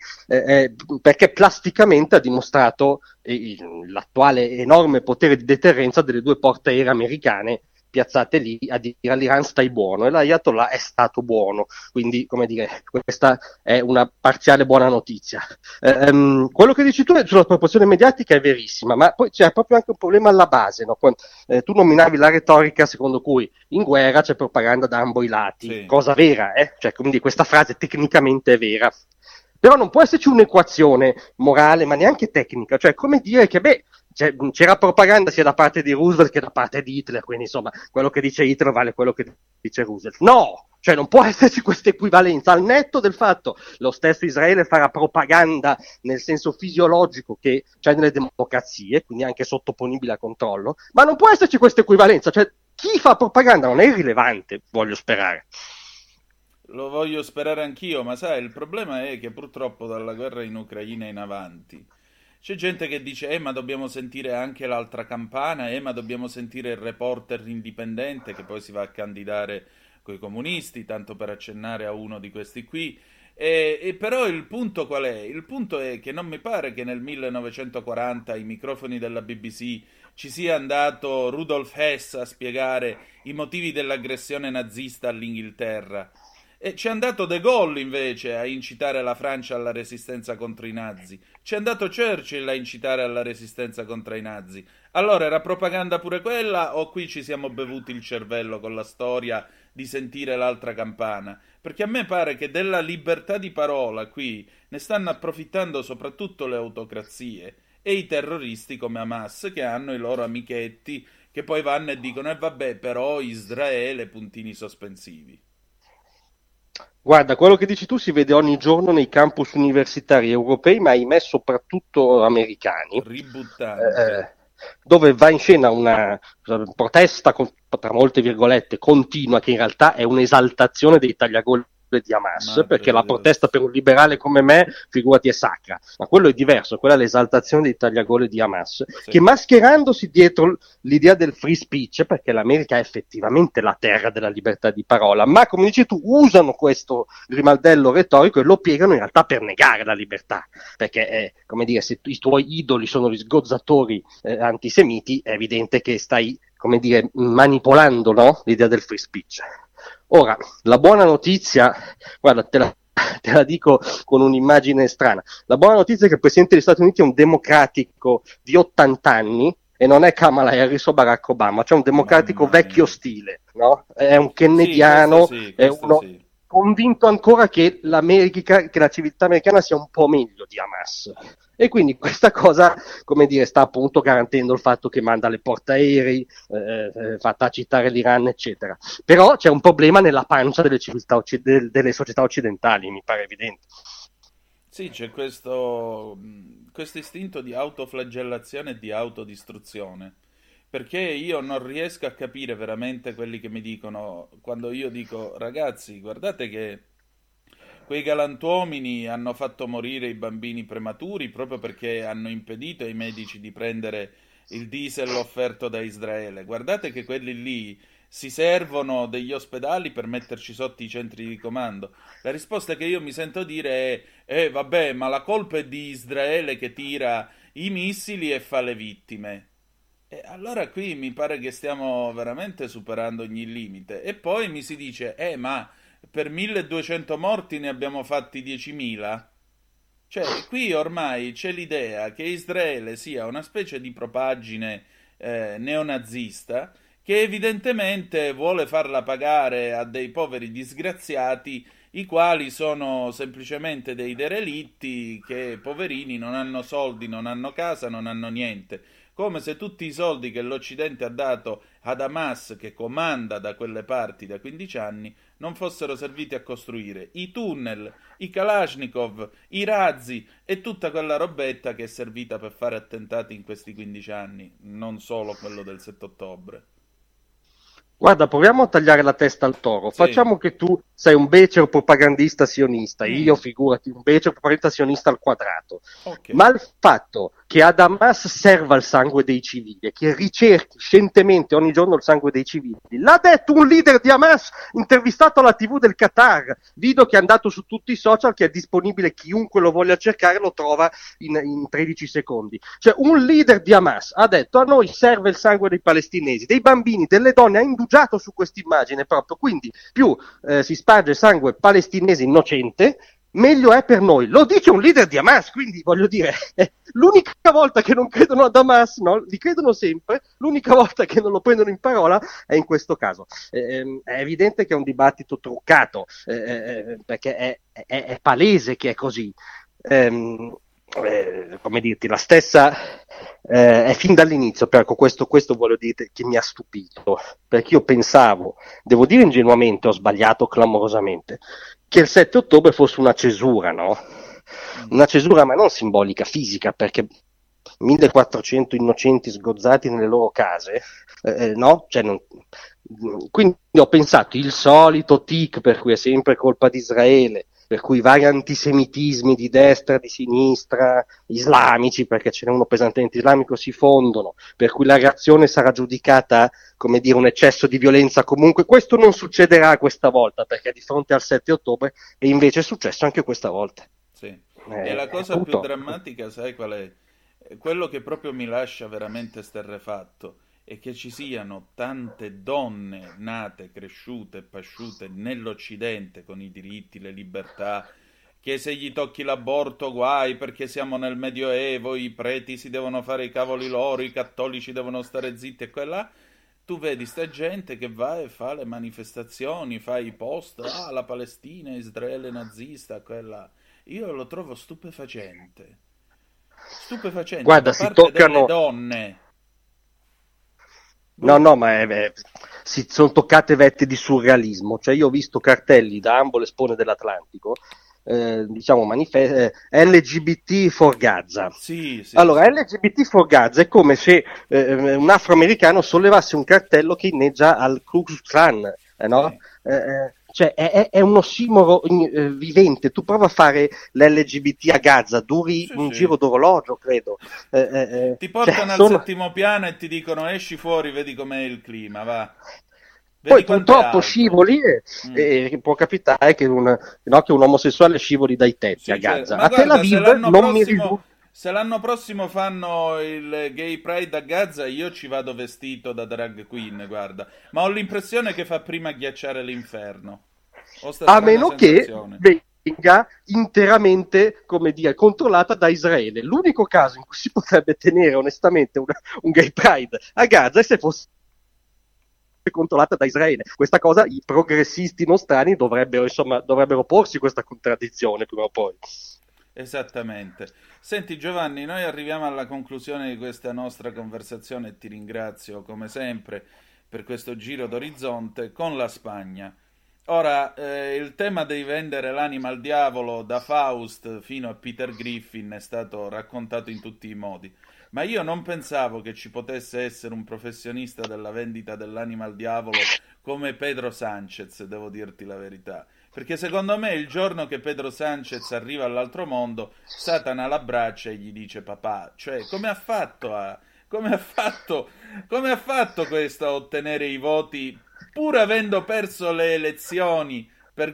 Perché plasticamente ha dimostrato l'attuale enorme potere di deterrenza delle due portaerei americane piazzate lì a dire all'Iran stai buono, e l'Ayatollah è stato buono, quindi come dire, questa è una parziale buona notizia. Quello che dici tu sulla proporzione mediatica è verissima, ma poi c'è proprio anche un problema alla base, no? Tu nominavi la retorica secondo cui in guerra c'è propaganda da ambo i lati, sì. Cosa vera, cioè quindi questa frase tecnicamente è vera. Però non può esserci un'equazione morale, ma neanche tecnica, cioè come dire che c'era propaganda sia da parte di Roosevelt che da parte di Hitler, quindi insomma quello che dice Hitler vale quello che dice Roosevelt. No! Cioè non può esserci questa equivalenza, al netto del fatto lo stesso Israele farà propaganda nel senso fisiologico che c'è nelle democrazie, quindi anche sottoponibile a controllo, ma non può esserci questa equivalenza, cioè chi fa propaganda non è irrilevante, voglio sperare. Lo voglio sperare anch'io, ma sai, il problema è che purtroppo dalla guerra in Ucraina in avanti c'è gente che dice ma dobbiamo sentire anche l'altra campana, ma dobbiamo sentire il reporter indipendente che poi si va a candidare coi comunisti, tanto per accennare a uno di questi qui. E però il punto qual è? Il punto è che non mi pare che nel 1940 ai microfoni della BBC ci sia andato Rudolf Hess a spiegare i motivi dell'aggressione nazista all'Inghilterra. E c'è andato De Gaulle invece a incitare la Francia alla resistenza contro i nazi. C'è andato Churchill a incitare alla resistenza contro i nazi. Allora era propaganda pure quella o qui ci siamo bevuti il cervello con la storia di sentire l'altra campana? Perché a me pare che della libertà di parola qui ne stanno approfittando soprattutto le autocrazie e i terroristi come Hamas, che hanno i loro amichetti che poi vanno e dicono vabbè, però Israele, puntini sospensivi. Guarda, quello che dici tu si vede ogni giorno nei campus universitari europei, ma ahimè soprattutto americani, dove va in scena una protesta, tra molte virgolette, continua, che in realtà è un'esaltazione dei tagliagole di Hamas, perché la protesta per un liberale come me, figurati, è sacra, ma quello è diverso, quella è l'esaltazione dei tagliagole di Hamas, sì. Che mascherandosi dietro l'idea del free speech, perché l'America è effettivamente la terra della libertà di parola, ma come dici tu, usano questo grimaldello retorico e lo piegano in realtà per negare la libertà, perché come dire, se i tuoi idoli sono gli sgozzatori antisemiti, è evidente che stai, come dire, manipolando, no? L'idea del free speech. Ora, la buona notizia, guarda, te la dico con un'immagine strana, la buona notizia è che il Presidente degli Stati Uniti è un democratico di 80 anni, e non è Kamala Harris o Barack Obama, cioè un democratico vecchio stile, no? È un kennediano, è uno convinto ancora che che la civiltà americana sia un po' meglio di Hamas. E quindi questa cosa, come dire, sta appunto garantendo il fatto che manda le portaerei, fa tacitare l'Iran, eccetera. Però c'è un problema nella pancia delle delle società occidentali, mi pare evidente. Sì, c'è questo istinto di autoflagellazione e di autodistruzione, perché io non riesco a capire veramente quelli che mi dicono, quando io dico, ragazzi, guardate che quei galantuomini hanno fatto morire i bambini prematuri proprio perché hanno impedito ai medici di prendere il diesel offerto da Israele. Guardate che quelli lì si servono degli ospedali per metterci sotto i centri di comando. La risposta che io mi sento dire è vabbè, ma la colpa è di Israele che tira i missili e fa le vittime. E allora qui mi pare che stiamo veramente superando ogni limite. E poi mi si dice, ma per 1200 morti ne abbiamo fatti 10.000? Cioè, qui ormai c'è l'idea che Israele sia una specie di propaggine neonazista che evidentemente vuole farla pagare a dei poveri disgraziati, i quali sono semplicemente dei derelitti che, poverini, non hanno soldi, non hanno casa, non hanno niente. Come se tutti i soldi che l'Occidente ha dato ad Hamas, che comanda da quelle parti da 15 anni, non fossero serviti a costruire i tunnel, i Kalashnikov, i razzi e tutta quella robetta che è servita per fare attentati in questi 15 anni, non solo quello del 7 ottobre. Guarda, proviamo a tagliare la testa al toro. Sì. Facciamo che tu sei un becero propagandista sionista, io figurati un becero propagandista sionista al quadrato. Okay. Ma il fatto che ad Hamas serva il sangue dei civili, che ricerchi scientemente ogni giorno il sangue dei civili, l'ha detto un leader di Hamas intervistato alla TV del Qatar, video che è andato su tutti i social, che è disponibile, chiunque lo voglia cercare lo trova in 13 secondi. Cioè un leader di Hamas ha detto: a noi serve il sangue dei palestinesi, dei bambini, delle donne, ha indugiato su questa immagine proprio, quindi più si sparge sangue palestinese innocente, meglio è per noi. Lo dice un leader di Hamas, quindi voglio dire, l'unica volta che non credono ad Hamas, no? Li credono sempre, l'unica volta che non lo prendono in parola è in questo caso. È evidente che è un dibattito truccato, perché è palese che è così. Come dirti, la stessa è fin dall'inizio, però questo voglio dire che mi ha stupito, perché io pensavo, devo dire ingenuamente, ho sbagliato clamorosamente, che il 7 ottobre fosse una cesura, no? Una cesura, ma non simbolica, fisica, perché 1400 innocenti sgozzati nelle loro case, no? Cioè, quindi ho pensato il solito tic per cui è sempre colpa di Israele, per cui vari antisemitismi di destra, di sinistra, islamici, perché ce n'è uno pesantemente islamico, si fondono, per cui la reazione sarà giudicata, come dire, un eccesso di violenza. Comunque questo non succederà questa volta, perché di fronte al 7 ottobre e invece è successo anche questa volta. Sì. E la cosa più drammatica, sai qual è? Quello che proprio mi lascia veramente sterrefatto è che ci siano tante donne nate, cresciute e pasciute nell'Occidente con i diritti, le libertà, che se gli tocchi l'aborto guai perché siamo nel Medioevo, i preti si devono fare i cavoli loro, i cattolici devono stare zitti e quella. Tu vedi sta gente che va e fa le manifestazioni, fa i post, la Palestina, Israele nazista, quella. Io lo trovo stupefacente. Stupefacente. Guarda, da parte delle donne. No, ma si sono toccate vette di surrealismo. Cioè, io ho visto cartelli da ambo le spone dell'Atlantico, diciamo LGBT for Gaza. Sì. Allora, LGBT for Gaza è come se un afroamericano sollevasse un cartello che inneggia al Ku Klux Klan, no? Sì. Cioè è un ossimoro vivente. Tu prova a fare l'LGBT a Gaza, duri un giro d'orologio, credo. Ti portano al settimo piano e ti dicono esci fuori, vedi com'è il clima, va. Vedi. Poi purtroppo scivoli e può capitare che un omosessuale scivoli dai tetti a Gaza. A Tel Aviv non mi risulta. Se l'anno prossimo fanno il Gay Pride a Gaza, io ci vado vestito da drag queen, guarda. Ma ho l'impressione che fa prima ghiacciare l'inferno. A meno che venga interamente, come dire, controllata da Israele. L'unico caso in cui si potrebbe tenere onestamente un Gay Pride a Gaza è se fosse controllata da Israele. Questa cosa i progressisti nostrani dovrebbero porsi questa contraddizione prima o poi. Esattamente. Senti Giovanni, noi arriviamo alla conclusione di questa nostra conversazione e ti ringrazio come sempre per questo giro d'orizzonte con la Spagna. Ora, il tema di vendere l'anima al diavolo da Faust fino a Peter Griffin è stato raccontato in tutti i modi, ma io non pensavo che ci potesse essere un professionista della vendita dell'anima al diavolo come Pedro Sánchez, devo dirti la verità. Perché secondo me il giorno che Pedro Sánchez arriva all'altro mondo, Satana l'abbraccia e gli dice papà. Cioè, come ha fatto questo a ottenere i voti pur avendo perso le elezioni per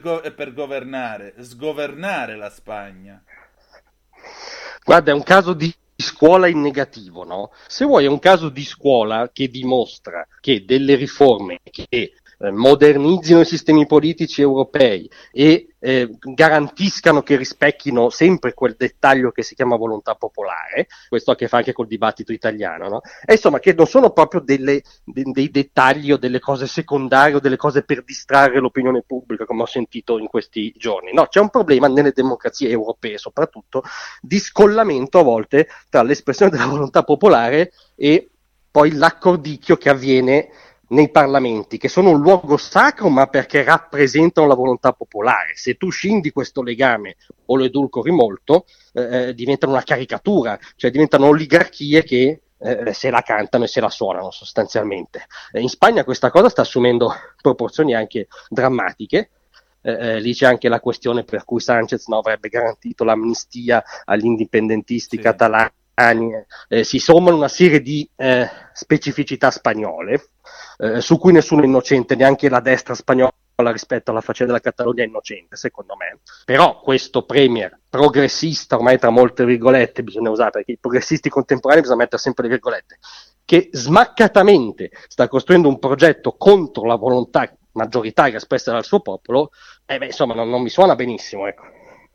sgovernare la Spagna? Guarda, è un caso di scuola in negativo, no? Se vuoi è un caso di scuola che dimostra che delle riforme che modernizzino i sistemi politici europei e garantiscano che rispecchino sempre quel dettaglio che si chiama volontà popolare, questo ha a che fare anche col dibattito italiano, no? E insomma che non sono proprio dei dettagli o delle cose secondarie o delle cose per distrarre l'opinione pubblica, come ho sentito in questi giorni. No, c'è un problema nelle democrazie europee soprattutto di scollamento a volte tra l'espressione della volontà popolare e poi l'accordicchio che avviene nei parlamenti, che sono un luogo sacro ma perché rappresentano la volontà popolare. Se tu scindi questo legame o lo edulcori molto, diventano una caricatura, cioè diventano oligarchie che se la cantano e se la suonano sostanzialmente. In Spagna questa cosa sta assumendo proporzioni anche drammatiche. Lì c'è anche la questione per cui Sánchez avrebbe garantito l'amnistia agli indipendentisti catalani. Si sommano una serie di specificità spagnole su cui nessuno è innocente, neanche la destra spagnola rispetto alla faccenda della Catalogna è innocente, secondo me. Però questo premier progressista, ormai tra molte virgolette bisogna usare, perché i progressisti contemporanei bisogna mettere sempre le virgolette, che smaccatamente sta costruendo un progetto contro la volontà maggioritaria espressa dal suo popolo, insomma non mi suona benissimo, ecco.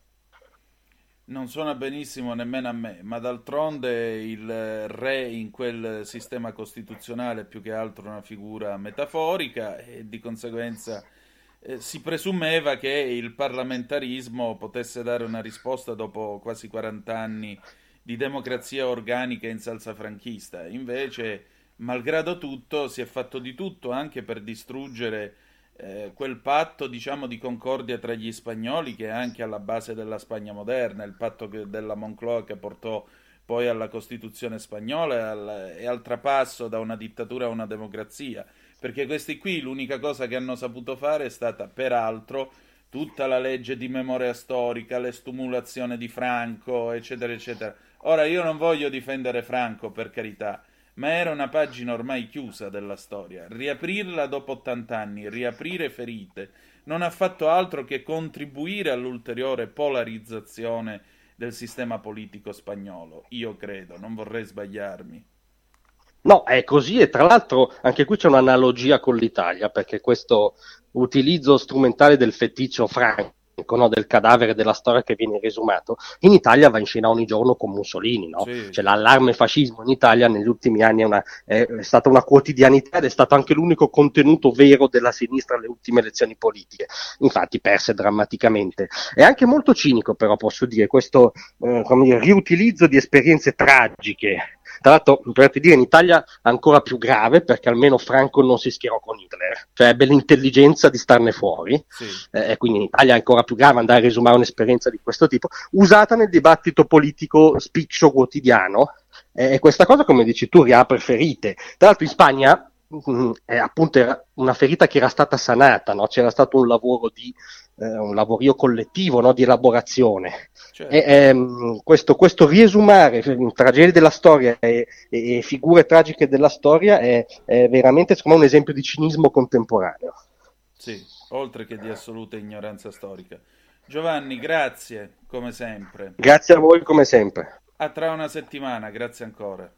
Non suona benissimo nemmeno a me, ma d'altronde il re in quel sistema costituzionale è più che altro una figura metaforica e di conseguenza si presumeva che il parlamentarismo potesse dare una risposta dopo quasi 40 anni di democrazia organica in salsa franchista. Invece, malgrado tutto, si è fatto di tutto anche per distruggere quel patto, diciamo, di concordia tra gli spagnoli che è anche alla base della Spagna moderna, il patto della Moncloa che portò poi alla Costituzione spagnola e al trapasso da una dittatura a una democrazia, perché questi qui l'unica cosa che hanno saputo fare è stata, peraltro, tutta la legge di memoria storica, l'estumulazione di Franco, eccetera, eccetera. Ora, io non voglio difendere Franco, per carità, ma era una pagina ormai chiusa della storia. Riaprirla dopo 80 anni, riaprire ferite, non ha fatto altro che contribuire all'ulteriore polarizzazione del sistema politico spagnolo. Io credo, non vorrei sbagliarmi. No, è così, e tra l'altro anche qui c'è un'analogia con l'Italia, perché questo utilizzo strumentale del feticcio Franco, no, del cadavere della storia che viene riesumato, in Italia va in scena ogni giorno con Mussolini, no? Sì. Cioè l'allarme fascismo in Italia negli ultimi anni è stata una quotidianità ed è stato anche l'unico contenuto vero della sinistra alle ultime elezioni politiche, infatti perse drammaticamente. È anche molto cinico però, posso dire, questo riutilizzo di esperienze tragiche. Tra l'altro, per dire, in Italia ancora più grave, perché almeno Franco non si schierò con Hitler, cioè ebbe l'intelligenza di starne fuori, Sì. E quindi in Italia è ancora più grave andare a riesumare un'esperienza di questo tipo, usata nel dibattito politico spiccio quotidiano, e questa cosa, come dici tu, riapre ferite. Tra l'altro in Spagna, appunto, era una ferita che era stata sanata, no? C'era stato un lavoro un lavorio collettivo, no? Di elaborazione. Certo. Questo riesumare tragedie della storia e figure tragiche della storia è veramente, secondo me, un esempio di cinismo contemporaneo. Sì, oltre che di assoluta ignoranza storica. Giovanni, grazie, come sempre. Grazie a voi, come sempre. A tra una settimana, grazie ancora.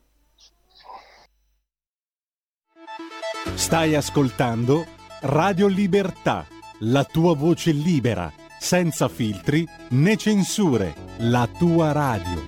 Stai ascoltando Radio Libertà, la tua voce libera, senza filtri né censure, la tua radio.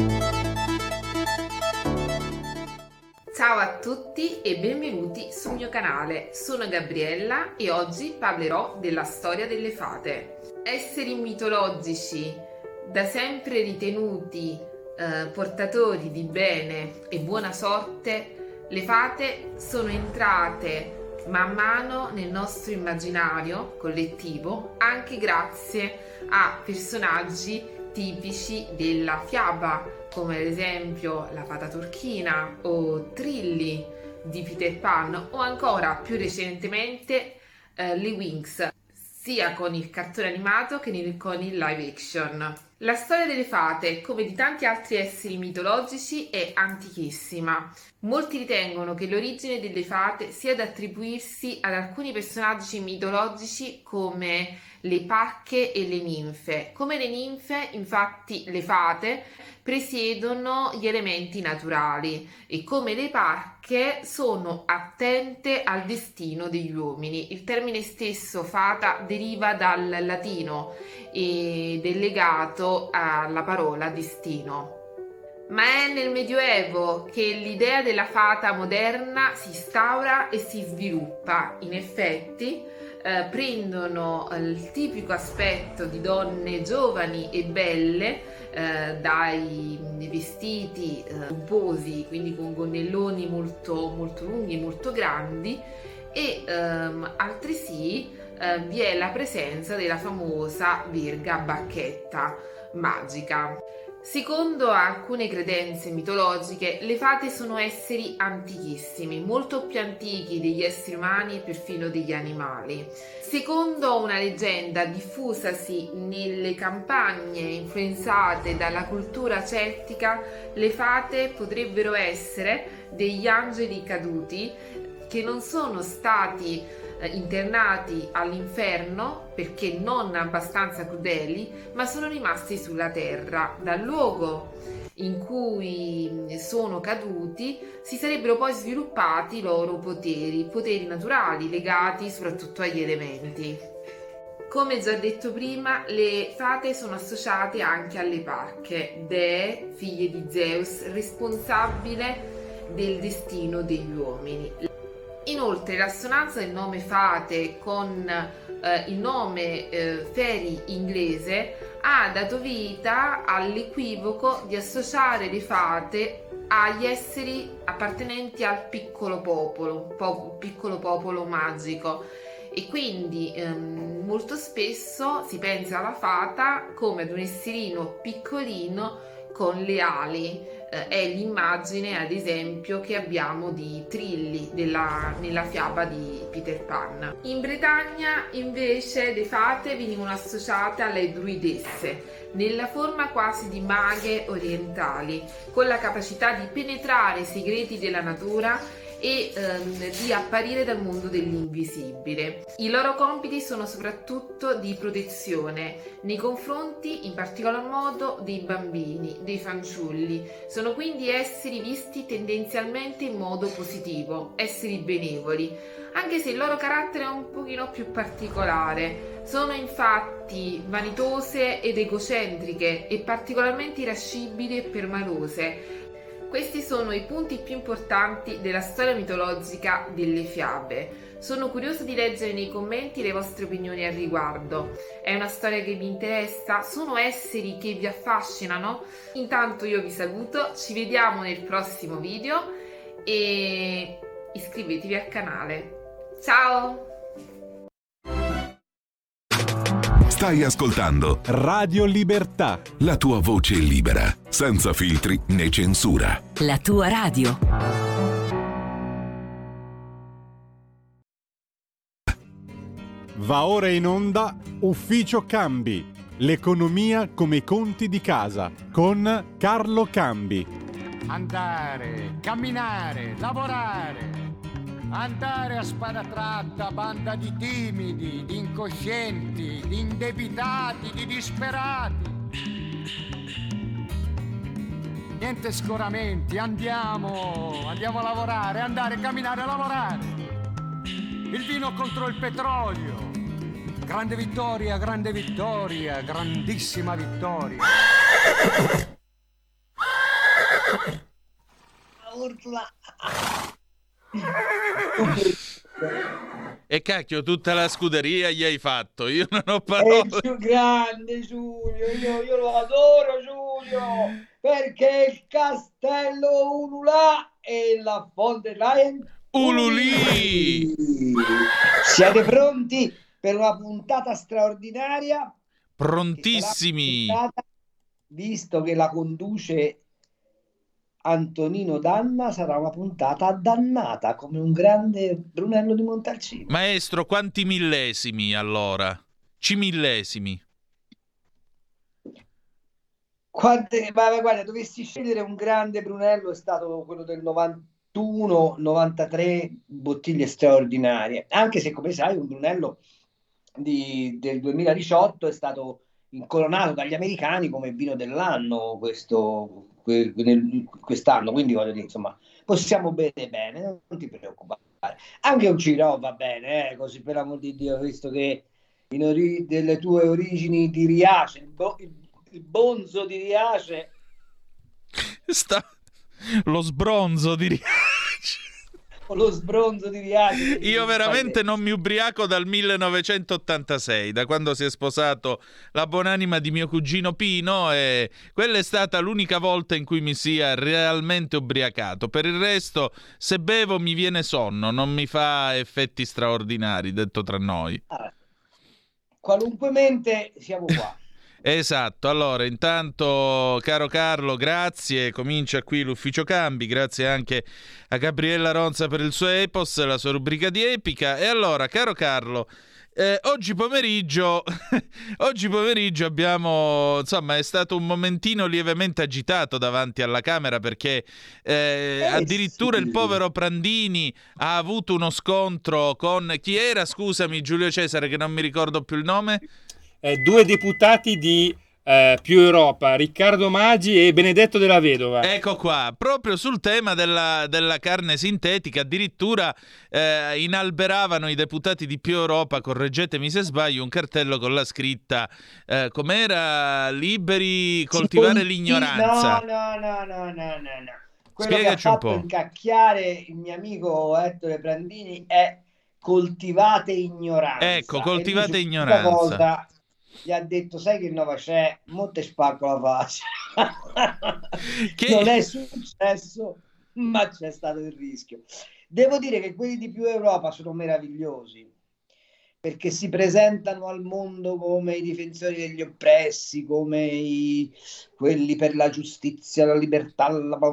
Ciao a tutti e benvenuti sul mio canale, sono Gabriella e oggi parlerò della storia delle fate. Esseri mitologici da sempre ritenuti portatori di bene e buona sorte, le fate sono entrate man mano nel nostro immaginario collettivo anche grazie a personaggi tipici della fiaba, come ad esempio la fata turchina o Trilli di Peter Pan, o ancora più recentemente le Winx, sia con il cartone animato che con il live action. La storia delle fate, come di tanti altri esseri mitologici, è antichissima. Molti ritengono che l'origine delle fate sia da attribuirsi ad alcuni personaggi mitologici come le parche e le ninfe. Come le ninfe, infatti, le fate presiedono gli elementi naturali e come le parche sono attente al destino degli uomini. Il termine stesso fata deriva dal latino ed è legato alla parola destino. Ma è nel Medioevo che l'idea della fata moderna si instaura e si sviluppa. In effetti prendono il tipico aspetto di donne giovani e belle, dai vestiti pomposi, quindi con gonnelloni molto, molto lunghi, molto grandi, e altresì vi è la presenza della famosa verga bacchetta magica. Secondo alcune credenze mitologiche, le fate sono esseri antichissimi, molto più antichi degli esseri umani e perfino degli animali. Secondo una leggenda diffusasi nelle campagne influenzate dalla cultura celtica, le fate potrebbero essere degli angeli caduti che non sono stati internati all'inferno perché non abbastanza crudeli, ma sono rimasti sulla terra. Dal luogo in cui sono caduti si sarebbero poi sviluppati i loro poteri naturali legati soprattutto agli elementi. Come già detto prima, le fate sono associate anche alle parche, dee, figlie di Zeus, responsabile del destino degli uomini. Inoltre, l'assonanza del nome fate con il nome fairy inglese ha dato vita all'equivoco di associare le fate agli esseri appartenenti al piccolo popolo magico, e quindi molto spesso si pensa alla fata come ad un esserino piccolino con le ali. È l'immagine, ad esempio, che abbiamo di Trilli nella fiaba di Peter Pan. In Bretagna invece le fate venivano associate alle druidesse, nella forma quasi di maghe orientali, con la capacità di penetrare i segreti della natura e di apparire dal mondo dell'invisibile. I loro compiti sono soprattutto di protezione nei confronti, in particolar modo, dei bambini, dei fanciulli. Sono quindi esseri visti tendenzialmente in modo positivo, esseri benevoli, anche se il loro carattere è un pochino più particolare. Sono infatti vanitose ed egocentriche e particolarmente irascibili e permalose. Questi sono i punti più importanti della storia mitologica delle fiabe. Sono curiosa di leggere nei commenti le vostre opinioni al riguardo. È una storia che vi interessa? Sono esseri che vi affascinano? Intanto io vi saluto, ci vediamo nel prossimo video e iscrivetevi al canale. Ciao! Stai ascoltando Radio Libertà, la tua voce libera, senza filtri né censura. La tua radio. va ora in onda Ufficio Cambi, l'economia come i conti di casa, con Carlo Cambi. Andare, camminare, lavorare. Andare a spada tratta, banda di timidi, di incoscienti, di indebitati, di disperati. niente scoramenti, andiamo a lavorare, andare, camminare, a lavorare. Il vino contro il petrolio. Grande vittoria, grandissima vittoria. Urla. E cacchio, tutta la scuderia gli hai fatto, io non ho parole. È il più grande Giulio, io lo adoro Giulio, perché il castello ululà e la von der Leyen Ululì! Siete pronti per una puntata straordinaria? Prontissimi! Visto che la conduce Antonino Danna, sarà una puntata dannata come un grande Brunello di Montalcino. Maestro, quanti millesimi allora? Millesimi. Guarda, dovessi scegliere un grande Brunello, è stato quello del 91-93, bottiglie straordinarie, anche se, come sai, un Brunello del 2018 è stato incoronato dagli americani come vino dell'anno quest'anno, quindi voglio dire, insomma, possiamo bene, non ti preoccupare. Anche un Ciro va bene, così per amor di Dio, visto che delle tue origini di Riace, il bonzo di Riace, lo sbronzo di Riace. o lo sbronzo di Riace. Io veramente non mi ubriaco dal 1986, da quando si è sposato la buonanima di mio cugino Pino, e quella è stata l'unica volta in cui mi sia realmente ubriacato. Per il resto, se bevo mi viene sonno, non mi fa effetti straordinari, detto tra noi. Qualunque mente, siamo qua. Esatto, allora intanto caro Carlo, grazie, comincia qui l'ufficio cambi, grazie anche a Gabriella Ronza per il suo epos, la sua rubrica di epica. E allora caro Carlo, oggi pomeriggio abbiamo, insomma, è stato un momentino lievemente agitato davanti alla Camera, perché addirittura il povero Prandini ha avuto uno scontro con chi era, scusami Giulio Cesare che non mi ricordo più il nome. Due deputati di Più Europa, Riccardo Maggi e Benedetto Della Vedova. Ecco qua, proprio sul tema della carne sintetica, addirittura inalberavano i deputati di Più Europa, correggetemi se sbaglio, un cartello con la scritta com'era, liberi coltivare l'ignoranza. No. Quello Spiegaci che ha un fatto po'. incacchiare il mio amico Ettore Prandini è coltivate ignoranza. Ecco, coltivate E lui su questa ignoranza. cosa gli ha detto, sai che nova c'è? Mo te spacco la faccia. Non è successo, ma c'è stato il rischio. Devo dire che quelli di Più Europa sono meravigliosi, perché si presentano al mondo come i difensori degli oppressi, come quelli per la giustizia, la libertà,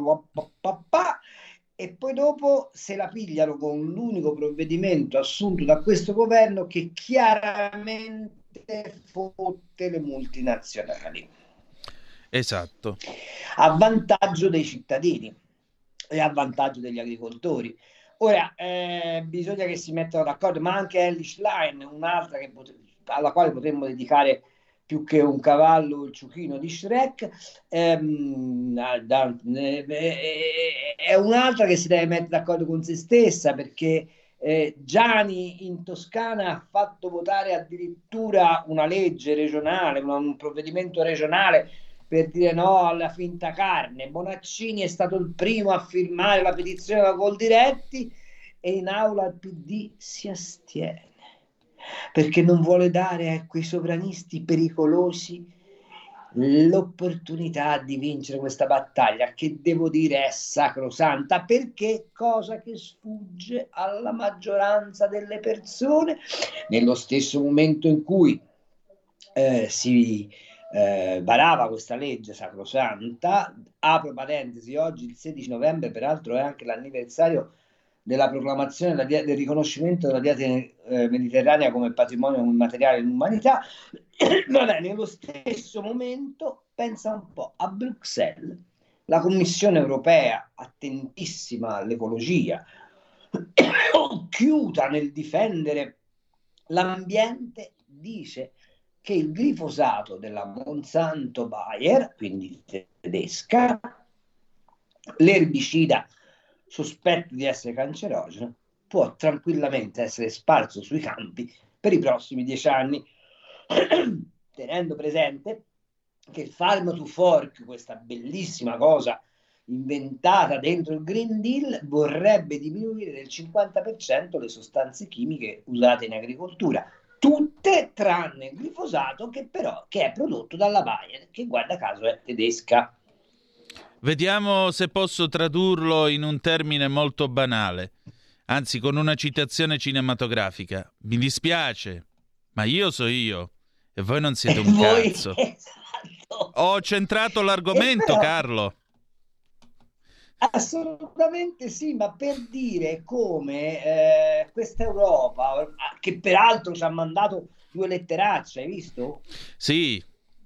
e poi dopo se la pigliano con l'unico provvedimento assunto da questo governo che chiaramente fotte le multinazionali. Esatto. A vantaggio dei cittadini e a vantaggio degli agricoltori. Ora, bisogna che si mettano d'accordo, ma anche Ellie Schlein, un'altra alla quale potremmo dedicare più che un cavallo il ciuchino di Shrek, è un'altra che si deve mettere d'accordo con se stessa, perché Gianni in Toscana ha fatto votare addirittura una legge regionale, un provvedimento regionale per dire no alla finta carne. Bonaccini è stato il primo a firmare la petizione da Coldiretti e in aula il PD si astiene perché non vuole dare a quei sovranisti pericolosi l'opportunità di vincere questa battaglia, che devo dire è sacrosanta, perché cosa che sfugge alla maggioranza delle persone. Nello stesso momento in cui si varava questa legge sacrosanta, apro parentesi, oggi il 16 novembre peraltro è anche l'anniversario della proclamazione del riconoscimento della dieta mediterranea come patrimonio immateriale dell'umanità. Vabbè, nello stesso momento, pensa un po', a Bruxelles, la Commissione europea, attentissima all'ecologia, occhiuta nel difendere l'ambiente, dice che il glifosato della Monsanto Bayer, quindi tedesca, l'erbicida sospetto di essere cancerogeno può tranquillamente essere sparso sui campi per i prossimi 10 anni, tenendo presente che il Farm to Fork, questa bellissima cosa inventata dentro il Green Deal, vorrebbe diminuire del 50% le sostanze chimiche usate in agricoltura, tutte tranne il glifosato, che è prodotto dalla Bayer, che guarda caso è tedesca. Vediamo se posso tradurlo in un termine molto banale, anzi con una citazione cinematografica. Mi dispiace, ma io so io e voi non siete un cazzo. Esatto. Ho centrato l'argomento, Carlo. Assolutamente sì, ma per dire come questa Europa, che peraltro ci ha mandato 2 letteracce, hai visto? Sì.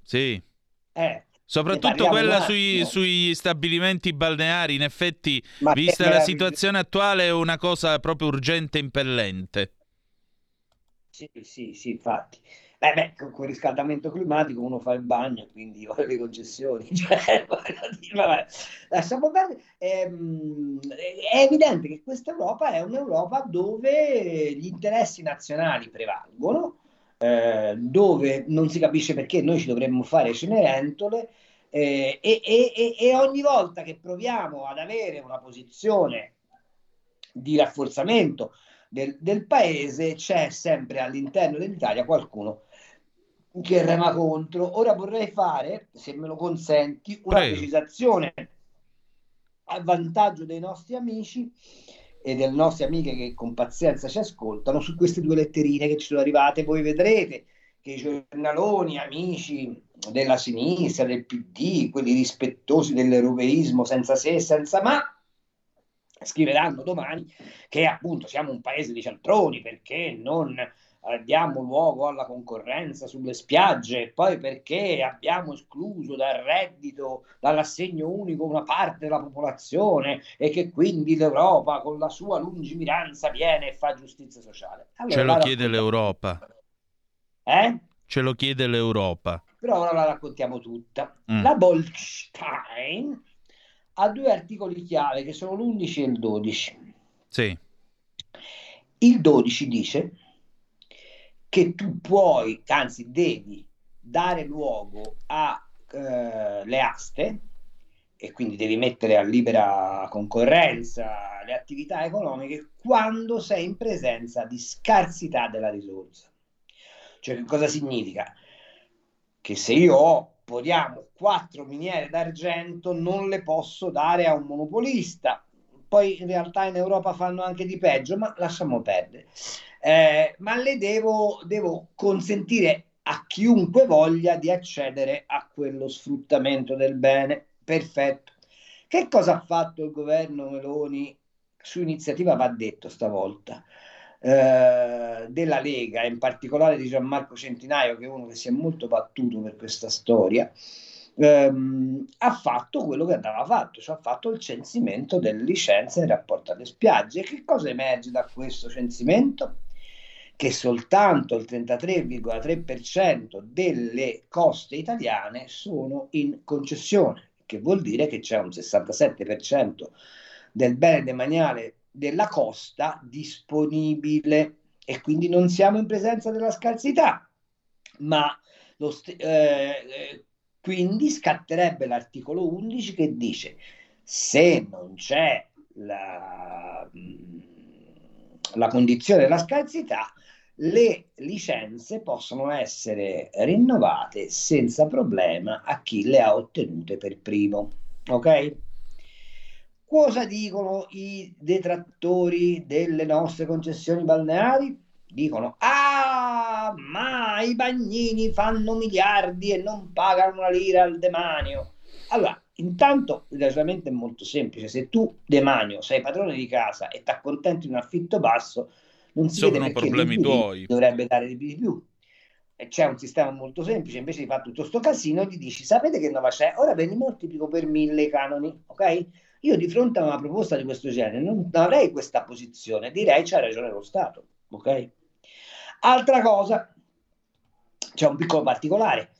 Soprattutto quella sugli stabilimenti balneari, in effetti, ma vista la situazione attuale, è una cosa proprio urgente e impellente. Sì, infatti. Con il riscaldamento climatico uno fa il bagno, quindi ho le concessioni. Vabbè, lasciamo perdere. È evidente che questa Europa è un'Europa dove gli interessi nazionali prevalgono, dove non si capisce perché noi ci dovremmo fare Cenerentole, e ogni volta che proviamo ad avere una posizione di rafforzamento del paese c'è sempre all'interno dell'Italia qualcuno che rema contro. Ora vorrei fare, se me lo consenti, una precisazione a vantaggio dei nostri amici e delle nostre amiche che con pazienza ci ascoltano su queste 2 letterine che ci sono arrivate. Voi vedrete che i giornaloni amici della sinistra, del PD, quelli rispettosi dell'europeismo senza se e senza ma, scriveranno domani che appunto siamo un paese di cialtroni perché non diamo luogo alla concorrenza sulle spiagge, e poi perché abbiamo escluso dal reddito, dall'assegno unico, una parte della popolazione, e che quindi l'Europa con la sua lungimiranza viene e fa giustizia sociale. Allora, ce lo chiede l'Europa. Ce lo chiede l'Europa. Però ora la raccontiamo tutta. La Bolkestein ha 2 articoli chiave che sono l'11 e il 12. Sì. Il 12 dice che tu puoi, anzi devi dare luogo a le aste, e quindi devi mettere a libera concorrenza le attività economiche quando sei in presenza di scarsità della risorsa. Cioè, che cosa significa? Che se io poniamo 4 miniere d'argento non le posso dare a un monopolista. Poi in realtà in Europa fanno anche di peggio, ma lasciamo perdere. Ma le devo consentire a chiunque voglia di accedere a quello sfruttamento del bene. Perfetto. Che cosa ha fatto il governo Meloni su iniziativa, va detto stavolta, della Lega, in particolare di Gianmarco Centinaio, che è uno che si è molto battuto per questa storia? Ha fatto quello che andava fatto, cioè ha fatto il censimento delle licenze in rapporto alle spiagge. E che cosa emerge da questo censimento? Che soltanto il 33,3% delle coste italiane sono in concessione, che vuol dire che c'è un 67% del bene demaniale della costa disponibile, e quindi non siamo in presenza della scarsità, ma quindi scatterebbe l'articolo 11 che dice: se non c'è la condizione della scarsità, le licenze possono essere rinnovate senza problema a chi le ha ottenute per primo. Ok? Cosa dicono i detrattori delle nostre concessioni balneari? Dicono: ma i bagnini fanno miliardi e non pagano una lira al demanio. Allora, intanto il ragionamento è molto semplice: se tu demanio sei padrone di casa e ti accontenti di un affitto basso, non si vede perché problemi tuoi dovrebbe dare di più. E c'è un sistema molto semplice: invece di fare tutto sto casino gli dici: sapete che nova c'è? Ora ve ne moltiplico per 1000 i canoni, ok? Io di fronte a una proposta di questo genere non avrei questa posizione, direi c'ha ragione lo Stato, ok? Altra cosa, c'è un piccolo particolare,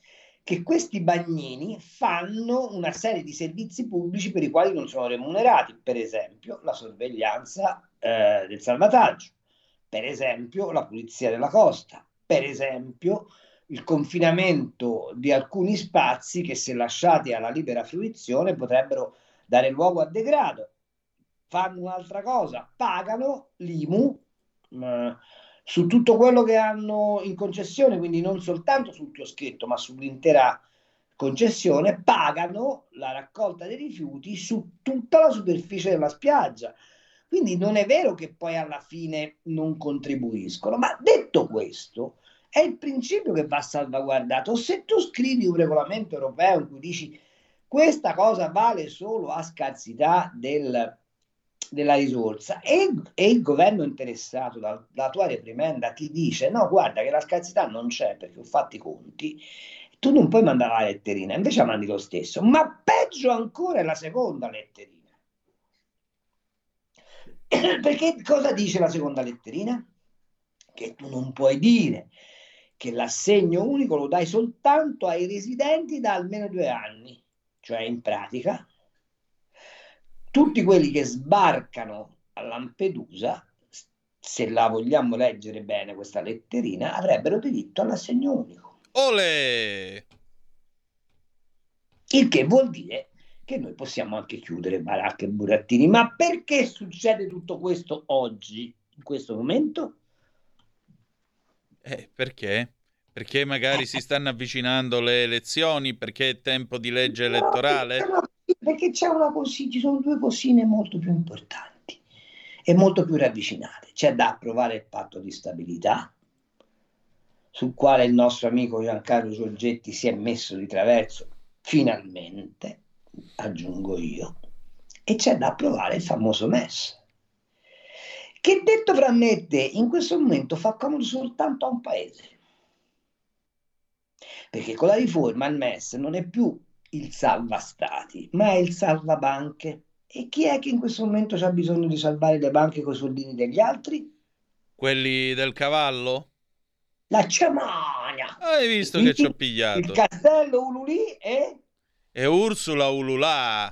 che questi bagnini fanno una serie di servizi pubblici per i quali non sono remunerati, per esempio la sorveglianza del salvataggio, per esempio la pulizia della costa, per esempio il confinamento di alcuni spazi che, se lasciati alla libera fruizione, potrebbero dare luogo a degrado. Fanno un'altra cosa, pagano l'IMU su tutto quello che hanno in concessione, quindi non soltanto sul chioschetto, ma sull'intera concessione, pagano la raccolta dei rifiuti su tutta la superficie della spiaggia. Quindi non è vero che poi alla fine non contribuiscono, ma detto questo, è il principio che va salvaguardato. Se tu scrivi un regolamento europeo in cui dici questa cosa vale solo a scarsità della risorsa e il governo interessato dalla tua reprimenda ti dice no, guarda che la scarsità non c'è perché ho fatto i conti, tu non puoi mandare la letterina, invece la mandi lo stesso. Ma peggio ancora è la seconda letterina. Perché cosa dice la seconda letterina? Che tu non puoi dire che l'assegno unico lo dai soltanto ai residenti da almeno 2 anni, cioè in pratica tutti quelli che sbarcano a Lampedusa, se la vogliamo leggere bene questa letterina, avrebbero diritto all'assegno unico. Olè! Il che vuol dire che noi possiamo anche chiudere baracche e burattini. Ma perché succede tutto questo oggi, in questo momento? Perché? Perché magari si stanno avvicinando le elezioni, perché è tempo di legge elettorale? Perché ci sono 2 cosine molto più importanti e molto più ravvicinate. C'è da approvare il patto di stabilità, sul quale il nostro amico Giancarlo Giorgetti si è messo di traverso finalmente, aggiungo io, e c'è da approvare il famoso MES, che, detto fra me e te, in questo momento fa comodo soltanto a un paese, perché con la riforma il MES non è più il salva stati, ma è il salva banche. E chi è che in questo momento c'ha bisogno di salvare le banche con i soldini degli altri? Quelli del cavallo? La Cermania! Hai visto che ci ho pigliato? Il castello Ululì e Ursula Ululà.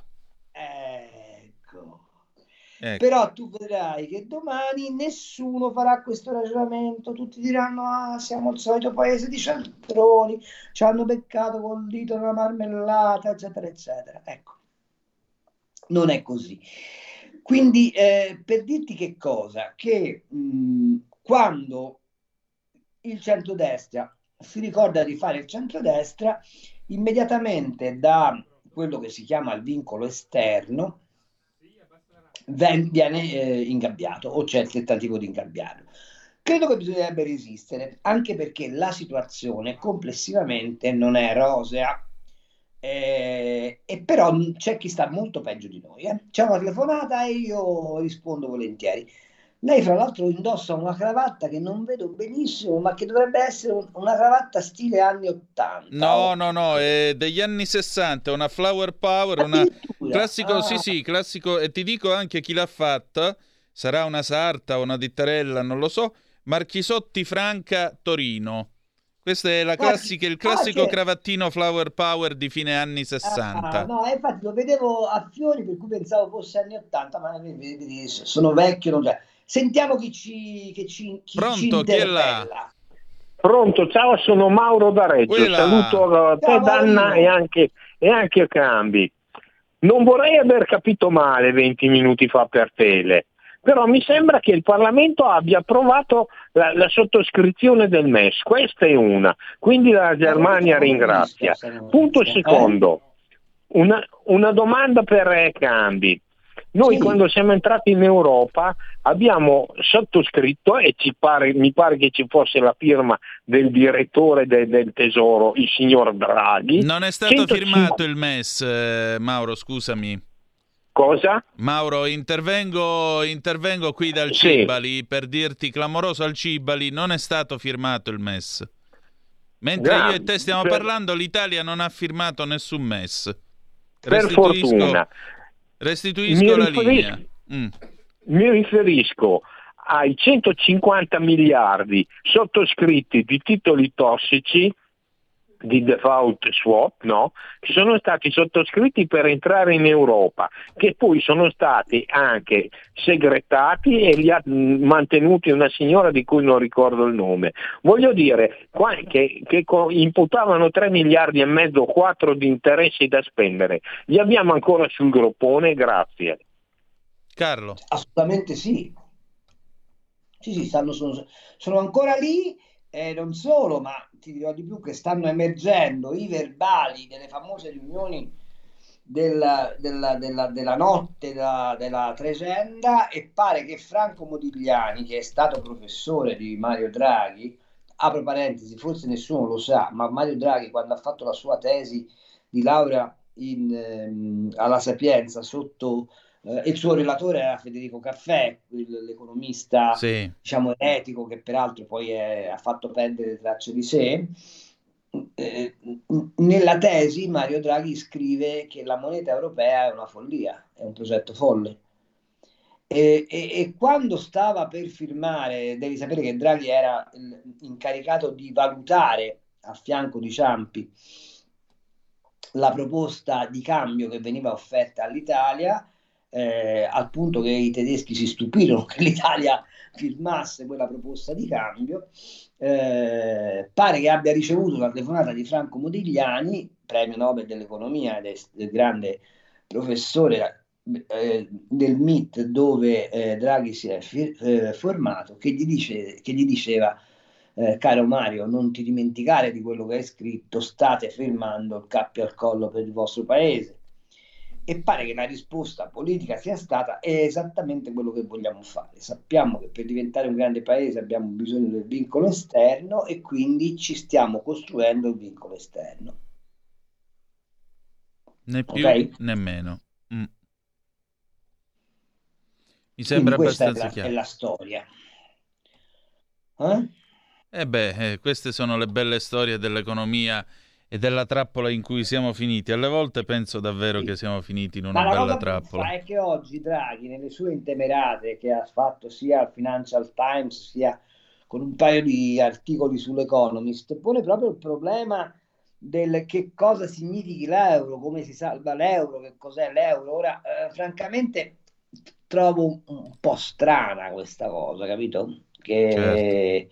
Ecco. Però tu vedrai che domani nessuno farà questo ragionamento, tutti diranno siamo il solito paese di cialtroni, ci hanno beccato col dito nella marmellata, eccetera eccetera. Ecco, non è così. Quindi per dirti che cosa? Che quando il centrodestra si ricorda di fare il centrodestra, immediatamente da quello che si chiama il vincolo esterno viene ingabbiato, o c'è il tentativo di ingabbiarlo. Credo che bisognerebbe resistere, anche perché la situazione complessivamente non è rosea, e però c'è chi sta molto peggio di noi. C'è una telefonata e io rispondo volentieri. Lei, fra l'altro, indossa una cravatta che non vedo benissimo, ma che dovrebbe essere una cravatta stile anni 80. No, è degli anni 60, una Flower Power, una classico, sì, classico, e ti dico anche chi l'ha fatta, sarà una sarta o una dittarella, non lo so, Marchisotti Franca Torino. Questo è la classica, il classico cravattino Flower Power di fine anni 60. No, infatti lo vedevo a fiori, per cui pensavo fosse anni 80, ma vedi, sono vecchio, non c'è. Sentiamo chi ci Pronto, chi è là? Pronto, ciao, sono Mauro da Reggio. Quella. Saluto te, Danna, e anche Cambi. Non vorrei aver capito male 20 minuti fa per tele, però mi sembra che il Parlamento abbia approvato la sottoscrizione del MES. Questa è una, quindi la Germania ringrazia. Punto secondo, una domanda per Cambi. Noi quando siamo entrati in Europa abbiamo sottoscritto, e mi pare che ci fosse la firma del direttore del Tesoro, il signor Draghi. Non è stato firmato il MES, Mauro, scusami. Cosa? Mauro, intervengo qui dal Cibali per dirti, clamoroso al Cibali, non è stato firmato il MES. Mentre io e te stiamo parlando, l'Italia non ha firmato nessun MES. Per fortuna. Restituisco la linea. Mi riferisco ai 150 miliardi sottoscritti di titoli tossici di default swap, no? Che sono stati sottoscritti per entrare in Europa, che poi sono stati anche segretati e li ha mantenuti una signora di cui non ricordo il nome. Voglio dire che imputavano 3 miliardi e mezzo, 4 di interessi da spendere. Li abbiamo ancora sul groppone, grazie. Carlo. Assolutamente sì. Sì, sono ancora lì. Non solo, ma ti dirò di più che stanno emergendo i verbali delle famose riunioni della notte della Trecenta, e pare che Franco Modigliani, che è stato professore di Mario Draghi, apro parentesi, forse nessuno lo sa, ma Mario Draghi, quando ha fatto la sua tesi di laurea alla Sapienza, sotto il suo relatore era Federico Caffè, l'economista, sì, diciamo etico, che peraltro poi ha fatto perdere tracce di sé. Nella tesi Mario Draghi scrive che la moneta europea è una follia, è un progetto folle. E quando stava per firmare, devi sapere che Draghi era incaricato di valutare a fianco di Ciampi la proposta di cambio che veniva offerta all'Italia, al punto che i tedeschi si stupirono che l'Italia firmasse quella proposta di cambio. Pare che abbia ricevuto la telefonata di Franco Modigliani, premio Nobel dell'economia ed del grande professore del MIT dove Draghi si è formato, che gli diceva caro Mario, non ti dimenticare di quello che hai scritto, state firmando il cappio al collo per il vostro paese. E pare che la risposta politica sia stata: è esattamente quello che vogliamo fare. Sappiamo che per diventare un grande paese abbiamo bisogno del vincolo esterno e quindi ci stiamo costruendo il vincolo esterno. Né più né meno. Mi quindi sembra questa abbastanza chiaro. È la storia. Queste sono le belle storie dell'economia e della trappola in cui siamo finiti. Alle volte penso davvero che siamo finiti in una bella trappola. Ma è che oggi Draghi, nelle sue intemerate che ha fatto sia al Financial Times sia con un paio di articoli sull'Economist, pone proprio il problema del che cosa significhi l'euro, come si salva l'euro, che cos'è l'euro. Ora, francamente, trovo un po' strana questa cosa, capito? Che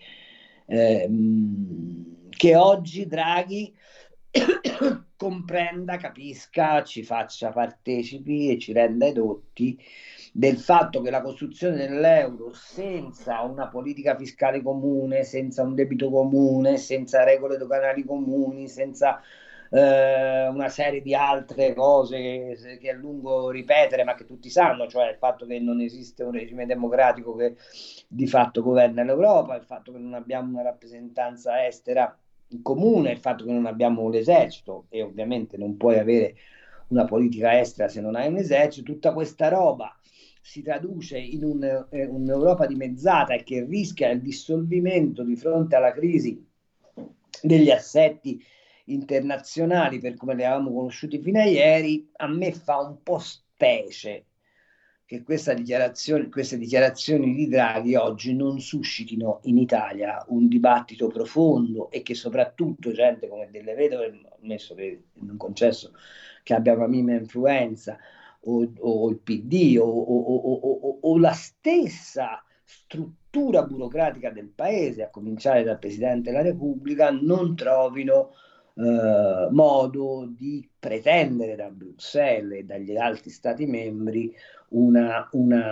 oggi Draghi comprenda, capisca, ci faccia partecipi e ci renda edotti del fatto che la costruzione dell'euro senza una politica fiscale comune, senza un debito comune, senza regole doganali comuni, senza una serie di altre cose che è lungo ripetere, ma che tutti sanno, cioè il fatto che non esiste un regime democratico che di fatto governa l'Europa, il fatto che non abbiamo una rappresentanza estera comune, il fatto che non abbiamo l'esercito, e ovviamente non puoi avere una politica estera se non hai un esercito. Tutta questa roba si traduce in un'Europa dimezzata e che rischia il dissolvimento di fronte alla crisi degli assetti internazionali per come li avevamo conosciuti fino a ieri. A me fa un po' specie che queste dichiarazioni di Draghi oggi non suscitino in Italia un dibattito profondo e che soprattutto gente come Delle Vedove, ammesso che non concesso che abbia una minima influenza, o il PD o la stessa struttura burocratica del paese, a cominciare dal Presidente della Repubblica, non trovino modo di pretendere da Bruxelles e dagli altri Stati membri una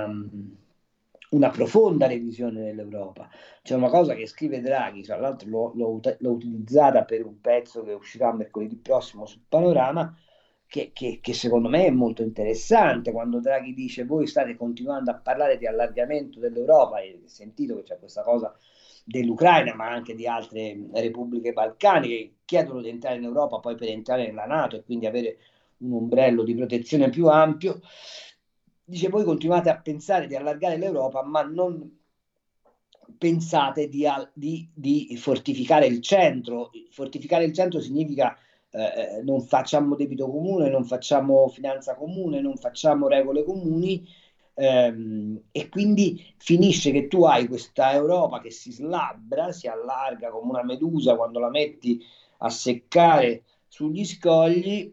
profonda revisione dell'Europa. C'è una cosa che scrive Draghi, tra l'altro l'ho utilizzata per un pezzo che uscirà mercoledì prossimo sul Panorama, che secondo me è molto interessante, quando Draghi dice: voi state continuando a parlare di allargamento dell'Europa, e sentito che c'è questa cosa dell'Ucraina, ma anche di altre repubbliche balcaniche che chiedono di entrare in Europa poi per entrare nella NATO e quindi avere un ombrello di protezione più ampio. Dice: voi continuate a pensare di allargare l'Europa, ma non pensate di fortificare il centro. Fortificare il centro significa non facciamo debito comune, non facciamo finanza comune, non facciamo regole comuni, e quindi finisce che tu hai questa Europa che si slabbra, si allarga come una medusa quando la metti a seccare sugli scogli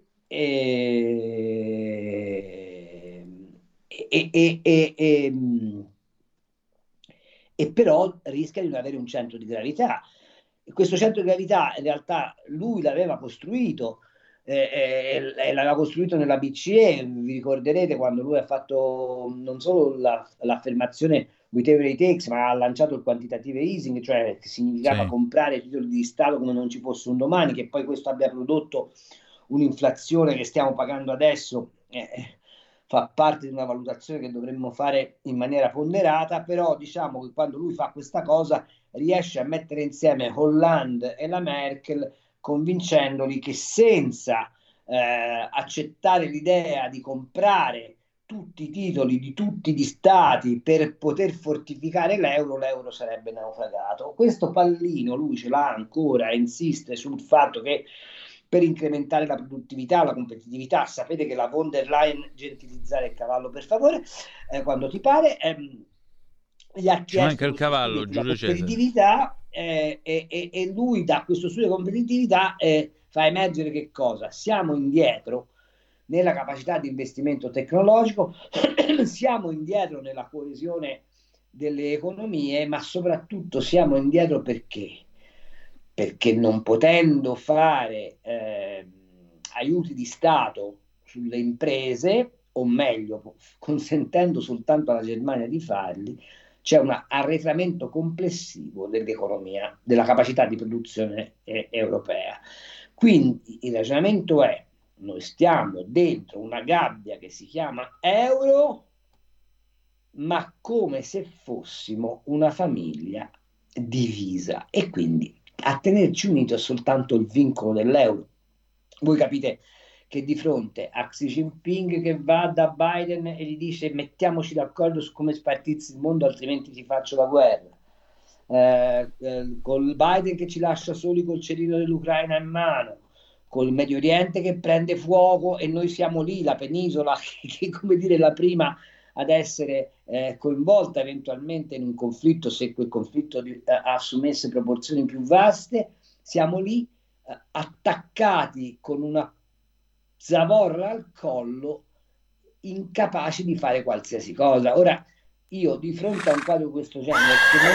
e però rischia di non avere un centro di gravità. Questo centro di gravità in realtà lui l'aveva costruito, l'aveva costruito nella BCE. Vi ricorderete quando lui ha fatto non solo l'affermazione whatever it takes, ma ha lanciato il quantitative easing, cioè che significava comprare titoli di Stato come non ci fosse un domani, che poi questo abbia prodotto un'inflazione che stiamo pagando adesso, fa parte di una valutazione che dovremmo fare in maniera ponderata, però diciamo che quando lui fa questa cosa riesce a mettere insieme Hollande e la Merkel, convincendoli che senza accettare l'idea di comprare tutti i titoli di tutti gli stati per poter fortificare l'euro sarebbe naufragato. Questo pallino lui ce l'ha ancora, insiste sul fatto che per incrementare la produttività, la competitività, sapete che la von der Leyen, gentilizzare il cavallo per favore, quando ti pare, gli ha chiesto anche il cavallo, la competitività e lui da questo studio di competitività fa emergere che cosa? Siamo indietro nella capacità di investimento tecnologico, siamo indietro nella coesione delle economie, ma soprattutto siamo indietro perché non potendo fare aiuti di Stato sulle imprese, o meglio, consentendo soltanto alla Germania di farli, c'è un arretramento complessivo dell'economia, della capacità di produzione europea. Quindi il ragionamento è: noi stiamo dentro una gabbia che si chiama euro, ma come se fossimo una famiglia divisa, e quindi a tenerci uniti è soltanto il vincolo dell'euro. Voi capite che di fronte a Xi Jinping che va da Biden e gli dice mettiamoci d'accordo su come spartirsi il mondo altrimenti ti faccio la guerra, col Biden che ci lascia soli col cerino dell'Ucraina in mano, col Medio Oriente che prende fuoco e noi siamo lì, la penisola che come dire la prima ad essere coinvolta eventualmente in un conflitto, se quel conflitto assumesse proporzioni più vaste, siamo lì attaccati con una zavorra al collo, incapaci di fare qualsiasi cosa. Ora, io di fronte a un quadro di questo genere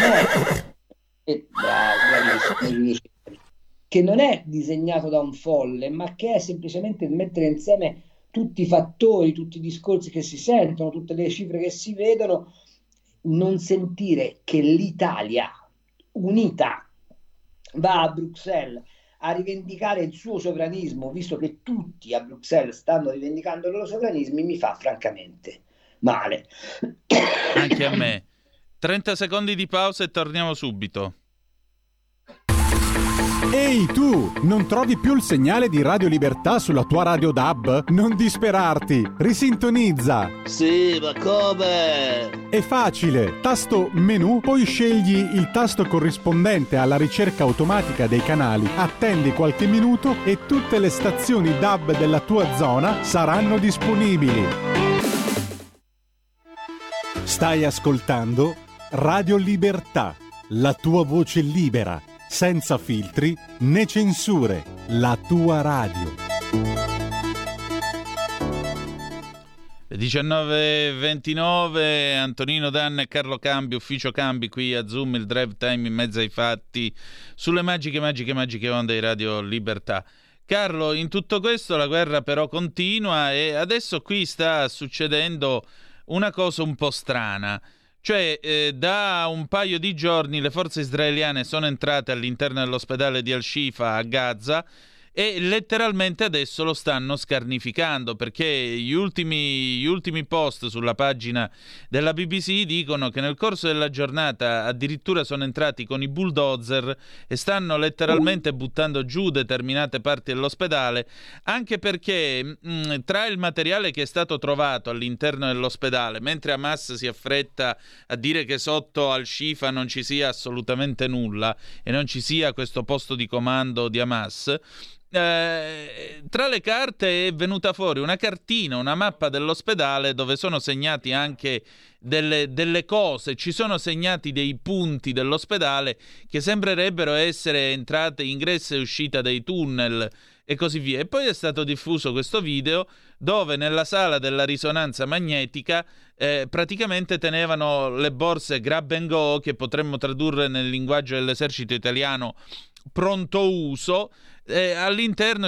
che non è disegnato da un folle, ma che è semplicemente il mettere insieme tutti i fattori, tutti i discorsi che si sentono, tutte le cifre che si vedono, non sentire che l'Italia unita va a Bruxelles a rivendicare il suo sovranismo, visto che tutti a Bruxelles stanno rivendicando i loro sovranismi, mi fa francamente male. Anche a me. 30 secondi di pausa e torniamo subito. Ehi tu, non trovi più il segnale di Radio Libertà sulla tua radio DAB? Non disperarti, risintonizza. Sì, ma come? È facile, tasto menu, poi scegli il tasto corrispondente alla ricerca automatica dei canali, attendi qualche minuto e tutte le stazioni DAB della tua zona saranno disponibili. Stai ascoltando Radio Libertà, la tua voce libera, senza filtri né censure, la tua radio. 19:29, Antonino Danna e Carlo Cambi, ufficio Cambi qui a Zoom, il drive time in mezzo ai fatti, sulle magiche onde di Radio Libertà. Carlo, in tutto questo la guerra però continua e adesso qui sta succedendo una cosa un po' strana. Cioè, da un paio di giorni le forze israeliane sono entrate all'interno dell'ospedale di Al-Shifa a Gaza e letteralmente adesso lo stanno scarnificando, perché gli ultimi post sulla pagina della BBC dicono che nel corso della giornata addirittura sono entrati con i bulldozer e stanno letteralmente buttando giù determinate parti dell'ospedale, anche perché tra il materiale che è stato trovato all'interno dell'ospedale, mentre Hamas si affretta a dire che sotto Al-Shifa non ci sia assolutamente nulla e non ci sia questo posto di comando di Hamas, tra le carte è venuta fuori una cartina, una mappa dell'ospedale dove sono segnati anche delle cose, ci sono segnati dei punti dell'ospedale che sembrerebbero essere entrate, ingresso e uscita dei tunnel e così via. E poi è stato diffuso questo video dove nella sala della risonanza magnetica praticamente tenevano le borse grab and go, che potremmo tradurre nel linguaggio dell'esercito italiano pronto uso. All'interno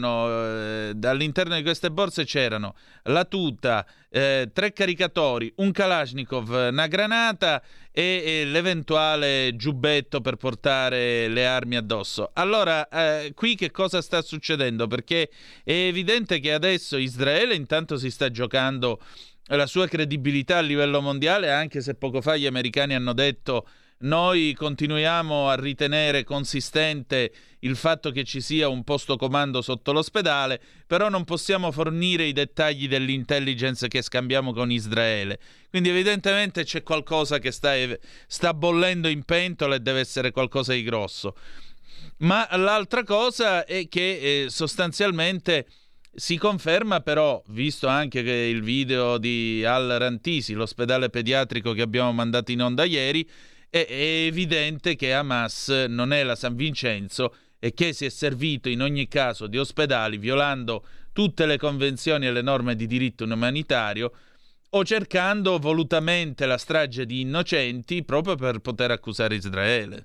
di queste borse c'erano la tuta, 3 caricatori, un Kalashnikov, una granata e l'eventuale giubbetto per portare le armi addosso. Allora, qui che cosa sta succedendo? Perché è evidente che adesso Israele intanto si sta giocando la sua credibilità a livello mondiale, anche se poco fa gli americani hanno detto: noi continuiamo a ritenere consistente il fatto che ci sia un posto comando sotto l'ospedale, però non possiamo fornire i dettagli dell'intelligence che scambiamo con Israele. Quindi evidentemente c'è qualcosa che sta bollendo in pentola e deve essere qualcosa di grosso. Ma l'altra cosa è che sostanzialmente si conferma, però, visto anche che il video di Al-Rantisi, l'ospedale pediatrico che abbiamo mandato in onda ieri, è evidente che Hamas non è la San Vincenzo e che si è servito in ogni caso di ospedali violando tutte le convenzioni e le norme di diritto umanitario, o cercando volutamente la strage di innocenti proprio per poter accusare Israele.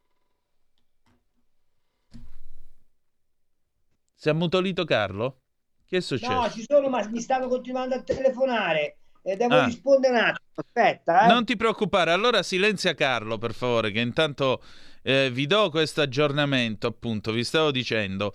Si è ammutolito Carlo? Che è successo? No, ci sono, ma mi stanno continuando a telefonare. Devo rispondere un attimo, aspetta. Non ti preoccupare, allora silenzia Carlo, per favore, che intanto vi do questo aggiornamento, appunto, vi stavo dicendo.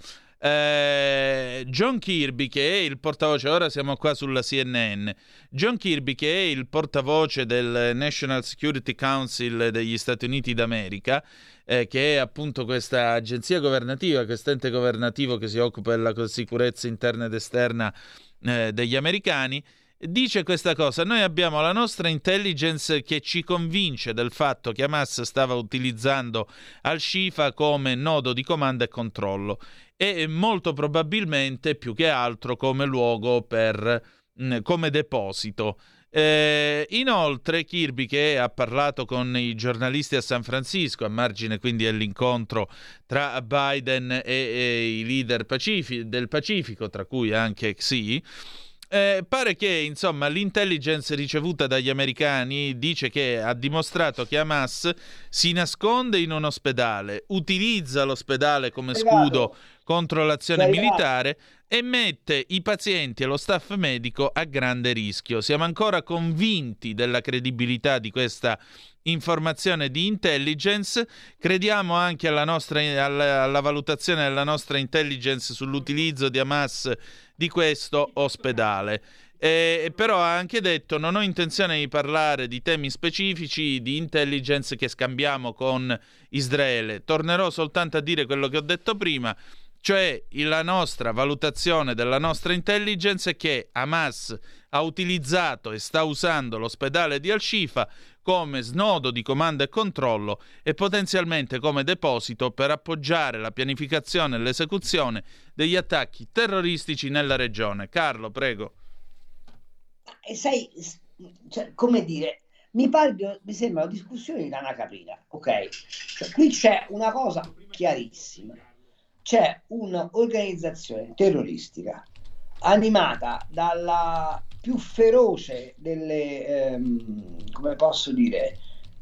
John Kirby, che è il portavoce, ora siamo qua sulla CNN, John Kirby, che è il portavoce del National Security Council degli Stati Uniti d'America, che è appunto questa agenzia governativa, questo ente governativo che si occupa della sicurezza interna ed esterna degli americani, dice questa cosa: noi abbiamo la nostra intelligence che ci convince del fatto che Hamas stava utilizzando Al-Shifa come nodo di comando e controllo e molto probabilmente più che altro come luogo come deposito. Inoltre Kirby, che ha parlato con i giornalisti a San Francisco a margine quindi dell'incontro tra Biden e i leader del Pacifico, tra cui anche Xi, pare che insomma l'intelligence ricevuta dagli americani dice che ha dimostrato che Hamas si nasconde in un ospedale, utilizza l'ospedale come scudo contro l'azione militare e mette i pazienti e lo staff medico a grande rischio. Siamo ancora convinti della credibilità di questa informazione di intelligence, crediamo anche alla valutazione della nostra intelligence sull'utilizzo di Hamas di questo ospedale. Però ha anche detto: non ho intenzione di parlare di temi specifici di intelligence che scambiamo con Israele, tornerò soltanto a dire quello che ho detto prima, cioè la nostra valutazione della nostra intelligence è che Hamas ha utilizzato e sta usando l'ospedale di Al-Shifa come snodo di comando e controllo e potenzialmente come deposito per appoggiare la pianificazione e l'esecuzione degli attacchi terroristici nella regione. Carlo, prego. Sai, cioè, come dire, mi sembra una discussione di lana caprina, ok? Cioè, qui c'è una cosa chiarissima. C'è un'organizzazione terroristica animata dalla più feroce delle, come posso dire,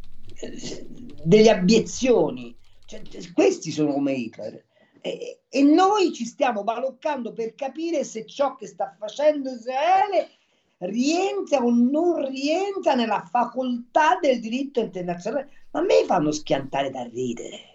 delle abiezioni. Cioè, questi sono come Hitler. E noi ci stiamo baloccando per capire se ciò che sta facendo Israele rientra o non rientra nella facoltà del diritto internazionale. Ma a me fanno schiantare da ridere.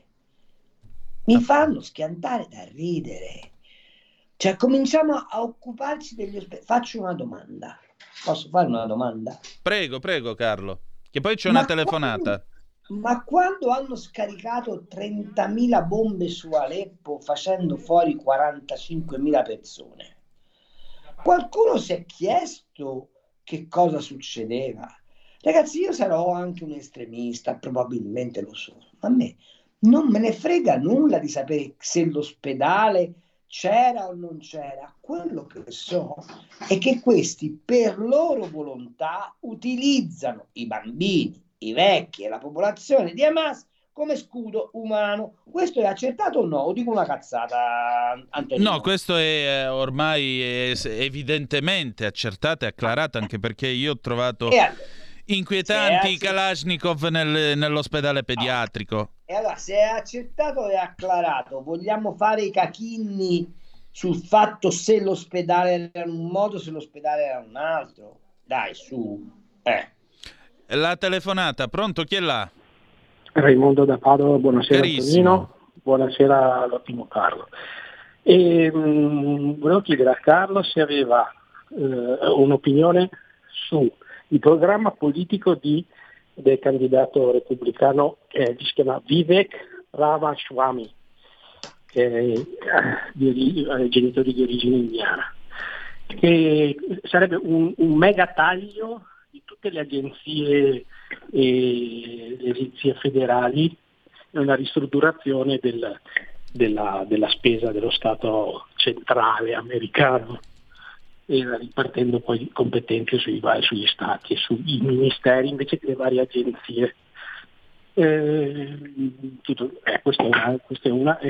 Mi fanno schiantare da ridere. Cioè, cominciamo a occuparci degli ospedali. Faccio una domanda. Posso fare una domanda? Prego, Carlo. Che poi c'è una telefonata. Ma quando hanno scaricato 30.000 bombe su Aleppo facendo fuori 45.000 persone, qualcuno si è chiesto che cosa succedeva? Ragazzi, io sarò anche un estremista, probabilmente lo sono, ma a me non me ne frega nulla di sapere se l'ospedale c'era o non c'era. Quello che so è che questi per loro volontà utilizzano i bambini, i vecchi e la popolazione di Hamas come scudo umano. Questo è accertato o no? O dico una cazzata, Antonino? No, questo è ormai evidentemente accertato e acclarato, anche perché io ho trovato inquietanti i Kalashnikov nell'ospedale pediatrico. E allora, se è accertato e acclarato, vogliamo fare i cachinni sul fatto se l'ospedale era in un modo, se l'ospedale era un altro? Dai, su. La telefonata, pronto? Chi è là? Raimondo da Padova, buonasera. Carissimo. Antonino, buonasera all'ottimo Carlo. Volevo chiedere a Carlo se aveva un'opinione sul programma politico del candidato repubblicano che si chiama Vivek Ramaswamy, che è genitori di origine indiana, che sarebbe un mega taglio di tutte le agenzie e le agenzie federali e una ristrutturazione della spesa dello Stato centrale americano, e ripartendo poi competenze sugli stati e sui ministeri invece che le varie agenzie. Questa è una.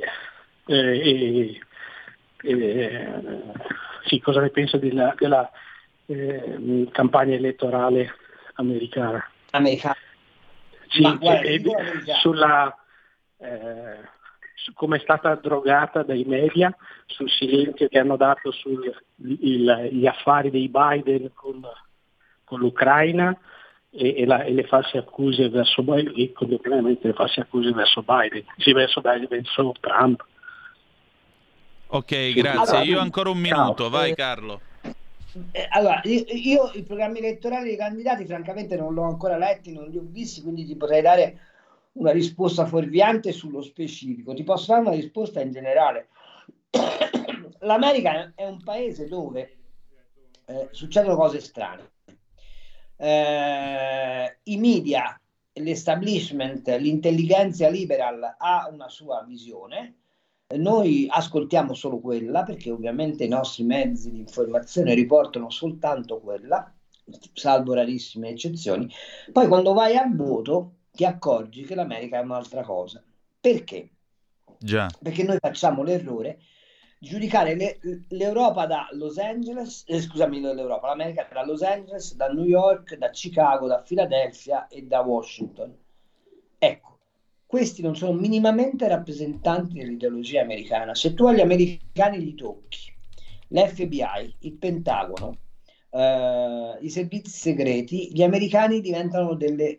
Sì, cosa ne pensa della campagna elettorale americana? Sì, su come è stata drogata dai media, sul silenzio che hanno dato sugli affari dei Biden con l'Ucraina e le false accuse verso Biden, e contemporaneamente le false accuse verso Biden, verso Trump. Ok, grazie. Allora, io ho ancora un minuto, vai Carlo. Allora, io i programmi elettorali dei candidati francamente non l'ho ancora letti, non li ho visti, quindi ti potrei dare una risposta fuorviante sullo specifico. Ti posso dare una risposta in generale. L'America è un paese dove succedono cose strane. I media, l'establishment, l'intelligenza liberal ha una sua visione. Noi ascoltiamo solo quella, perché ovviamente i nostri mezzi di informazione riportano soltanto quella, salvo rarissime eccezioni. Poi quando vai al voto ti accorgi che l'America è un'altra cosa. Perché? Già. Perché noi facciamo l'errore di giudicare l'Europa da Los Angeles, l'America da Los Angeles, da New York, da Chicago, da Filadelfia e da Washington. Ecco. Questi non sono minimamente rappresentanti dell'ideologia americana. Se tu agli americani gli tocchi l'FBI, il Pentagono, i servizi segreti, gli americani diventano delle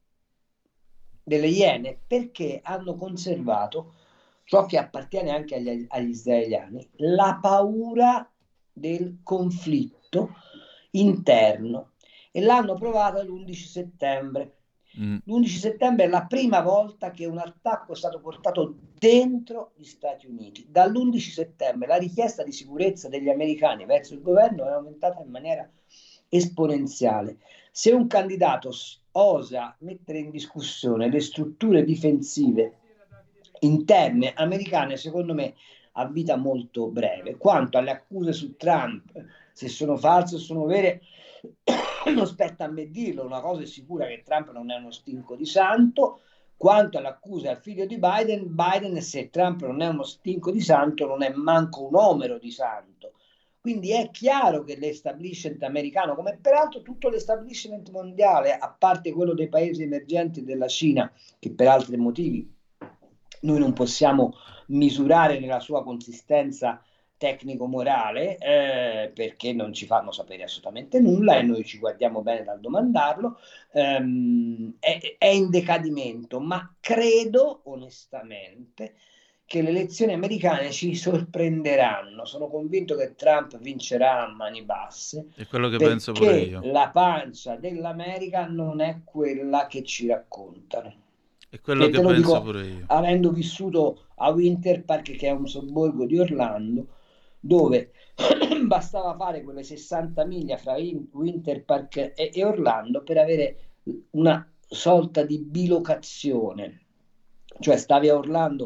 iene, perché hanno conservato ciò che appartiene anche agli israeliani, la paura del conflitto interno, e l'hanno provata l'11 settembre. L'11 settembre è la prima volta che un attacco è stato portato dentro gli Stati Uniti. Dall'11 settembre la richiesta di sicurezza degli americani verso il governo è aumentata in maniera esponenziale. Se un candidato osa mettere in discussione le strutture difensive interne americane, secondo me ha vita molto breve. Quanto alle accuse su Trump, se sono false o sono vere, non spetta a me dirlo. Una cosa è sicura, che Trump non è uno stinco di santo. Quanto all'accusa al figlio di Biden, se Trump non è uno stinco di santo, non è manco un omero di santo. Quindi è chiaro che l'establishment americano, come peraltro tutto l'establishment mondiale, a parte quello dei paesi emergenti della Cina, che per altri motivi noi non possiamo misurare nella sua consistenza tecnico-morale, perché non ci fanno sapere assolutamente nulla e noi ci guardiamo bene dal domandarlo, è in decadimento, ma credo onestamente che le elezioni americane ci sorprenderanno. Sono convinto che Trump vincerà a mani basse, è quello che penso pure io. La pancia dell'America non è quella che ci raccontano. È quello che penso pure io. Avendo vissuto a Winter Park, che è un sobborgo di Orlando, dove bastava fare quelle 60 miglia fra Winter Park e Orlando per avere una sorta di bilocazione, cioè stavi a Orlando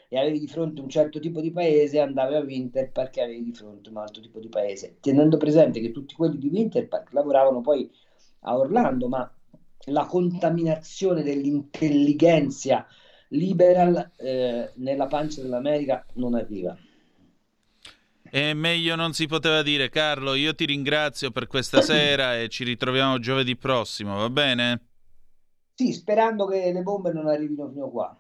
e avevi di fronte un certo tipo di paese, andavi a Winterpark e avevi di fronte un altro tipo di paese, tenendo presente che tutti quelli di Winterpark lavoravano poi a Orlando, ma la contaminazione dell'intelligenza liberal nella pancia dell'America non arriva. E meglio non si poteva dire. Carlo, io ti ringrazio per questa sera e ci ritroviamo giovedì prossimo, va bene? Sì, sperando che le bombe non arrivino fino qua.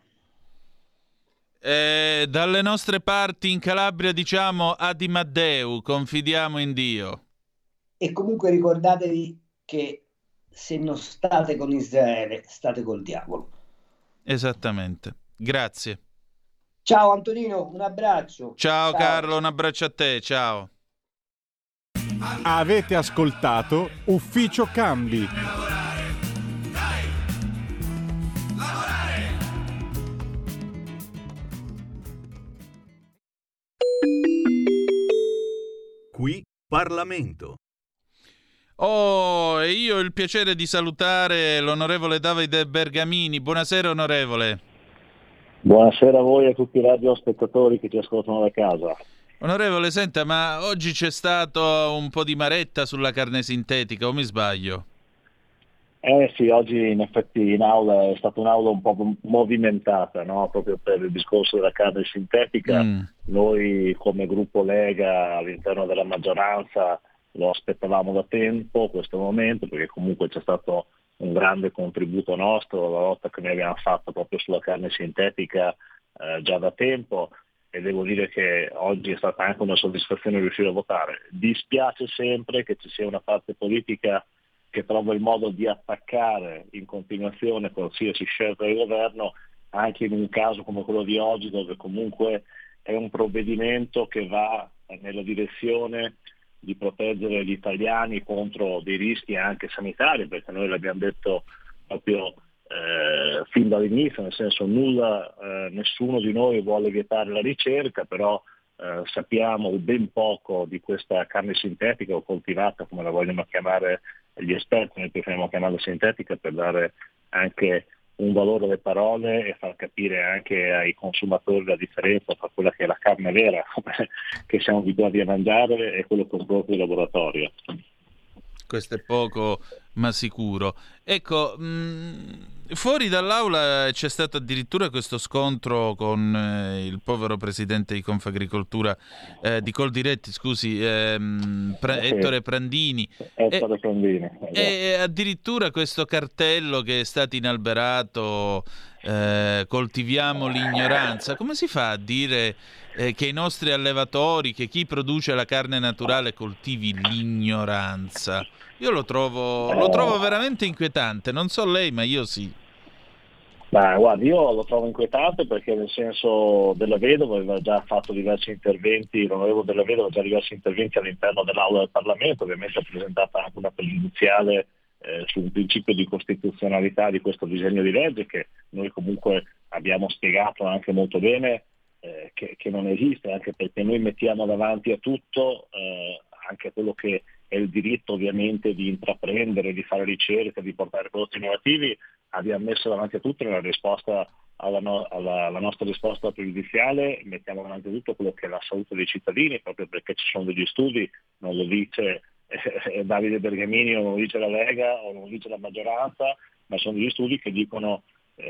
Dalle nostre parti in Calabria diciamo Adimaddeu, confidiamo in Dio. E comunque ricordatevi che se non state con Israele, state col diavolo. Esattamente. Grazie. Ciao Antonino, un abbraccio. Ciao Carlo, un abbraccio a te, ciao. Avete ascoltato Ufficio Cambi. Qui Parlamento. Oh, e io ho il piacere di salutare l'onorevole Davide Bergamini. Buonasera onorevole. Buonasera a voi e a tutti i radiospettatori che ci ascoltano da casa. Onorevole, senta, ma oggi c'è stato un po' di maretta sulla carne sintetica, o mi sbaglio? Sì, oggi in effetti in aula è stata un'aula un po' movimentata, no? Proprio per il discorso della carne sintetica. Noi come gruppo Lega all'interno della maggioranza lo aspettavamo da tempo questo momento, perché comunque c'è stato un grande contributo nostro, la lotta che noi abbiamo fatto proprio sulla carne sintetica già da tempo, e devo dire che oggi è stata anche una soddisfazione riuscire a votare. Dispiace sempre che ci sia una parte politica che trova il modo di attaccare in continuazione qualsiasi scelta del governo, anche in un caso come quello di oggi, dove comunque è un provvedimento che va nella direzione di proteggere gli italiani contro dei rischi anche sanitari, perché noi l'abbiamo detto proprio fin dall'inizio, nel senso nessuno di noi vuole vietare la ricerca, però sappiamo ben poco di questa carne sintetica o coltivata, come la vogliono chiamare gli esperti. Noi preferiamo chiamarla sintetica per dare anche un valore alle parole e far capire anche ai consumatori la differenza tra quella che è la carne vera che siamo abituati a mangiare e quello che è un prodotto di laboratorio. Questo è poco ma sicuro. Ecco, fuori dall'aula c'è stato addirittura questo scontro con il povero presidente di Confagricoltura di Coldiretti, scusi, Ettore Prandini. E addirittura questo cartello che è stato inalberato, coltiviamo l'ignoranza. Come si fa a dire che i nostri allevatori, che chi produce la carne naturale coltivi l'ignoranza? Io lo trovo veramente inquietante, non so lei, ma io sì. Beh, guarda, io lo trovo inquietante perché nel senso Della Vedova aveva già fatto diversi interventi, l'onorevole Della Vedova ha già diversi interventi all'interno dell'aula del Parlamento, ovviamente ha presentato anche una pregiudiziale su un principio di costituzionalità di questo disegno di legge che noi comunque abbiamo spiegato anche molto bene che non esiste, anche perché noi mettiamo davanti a tutto anche quello che è il diritto ovviamente di intraprendere, di fare ricerca, di portare prodotti innovativi. Abbiamo messo davanti a tutto nella risposta alla nostra risposta pregiudiziale, mettiamo davanti a tutto quello che è la salute dei cittadini, proprio perché ci sono degli studi, non lo dice Davide Bergamini o non lo dice la Lega o non lo dice la maggioranza, ma sono degli studi che dicono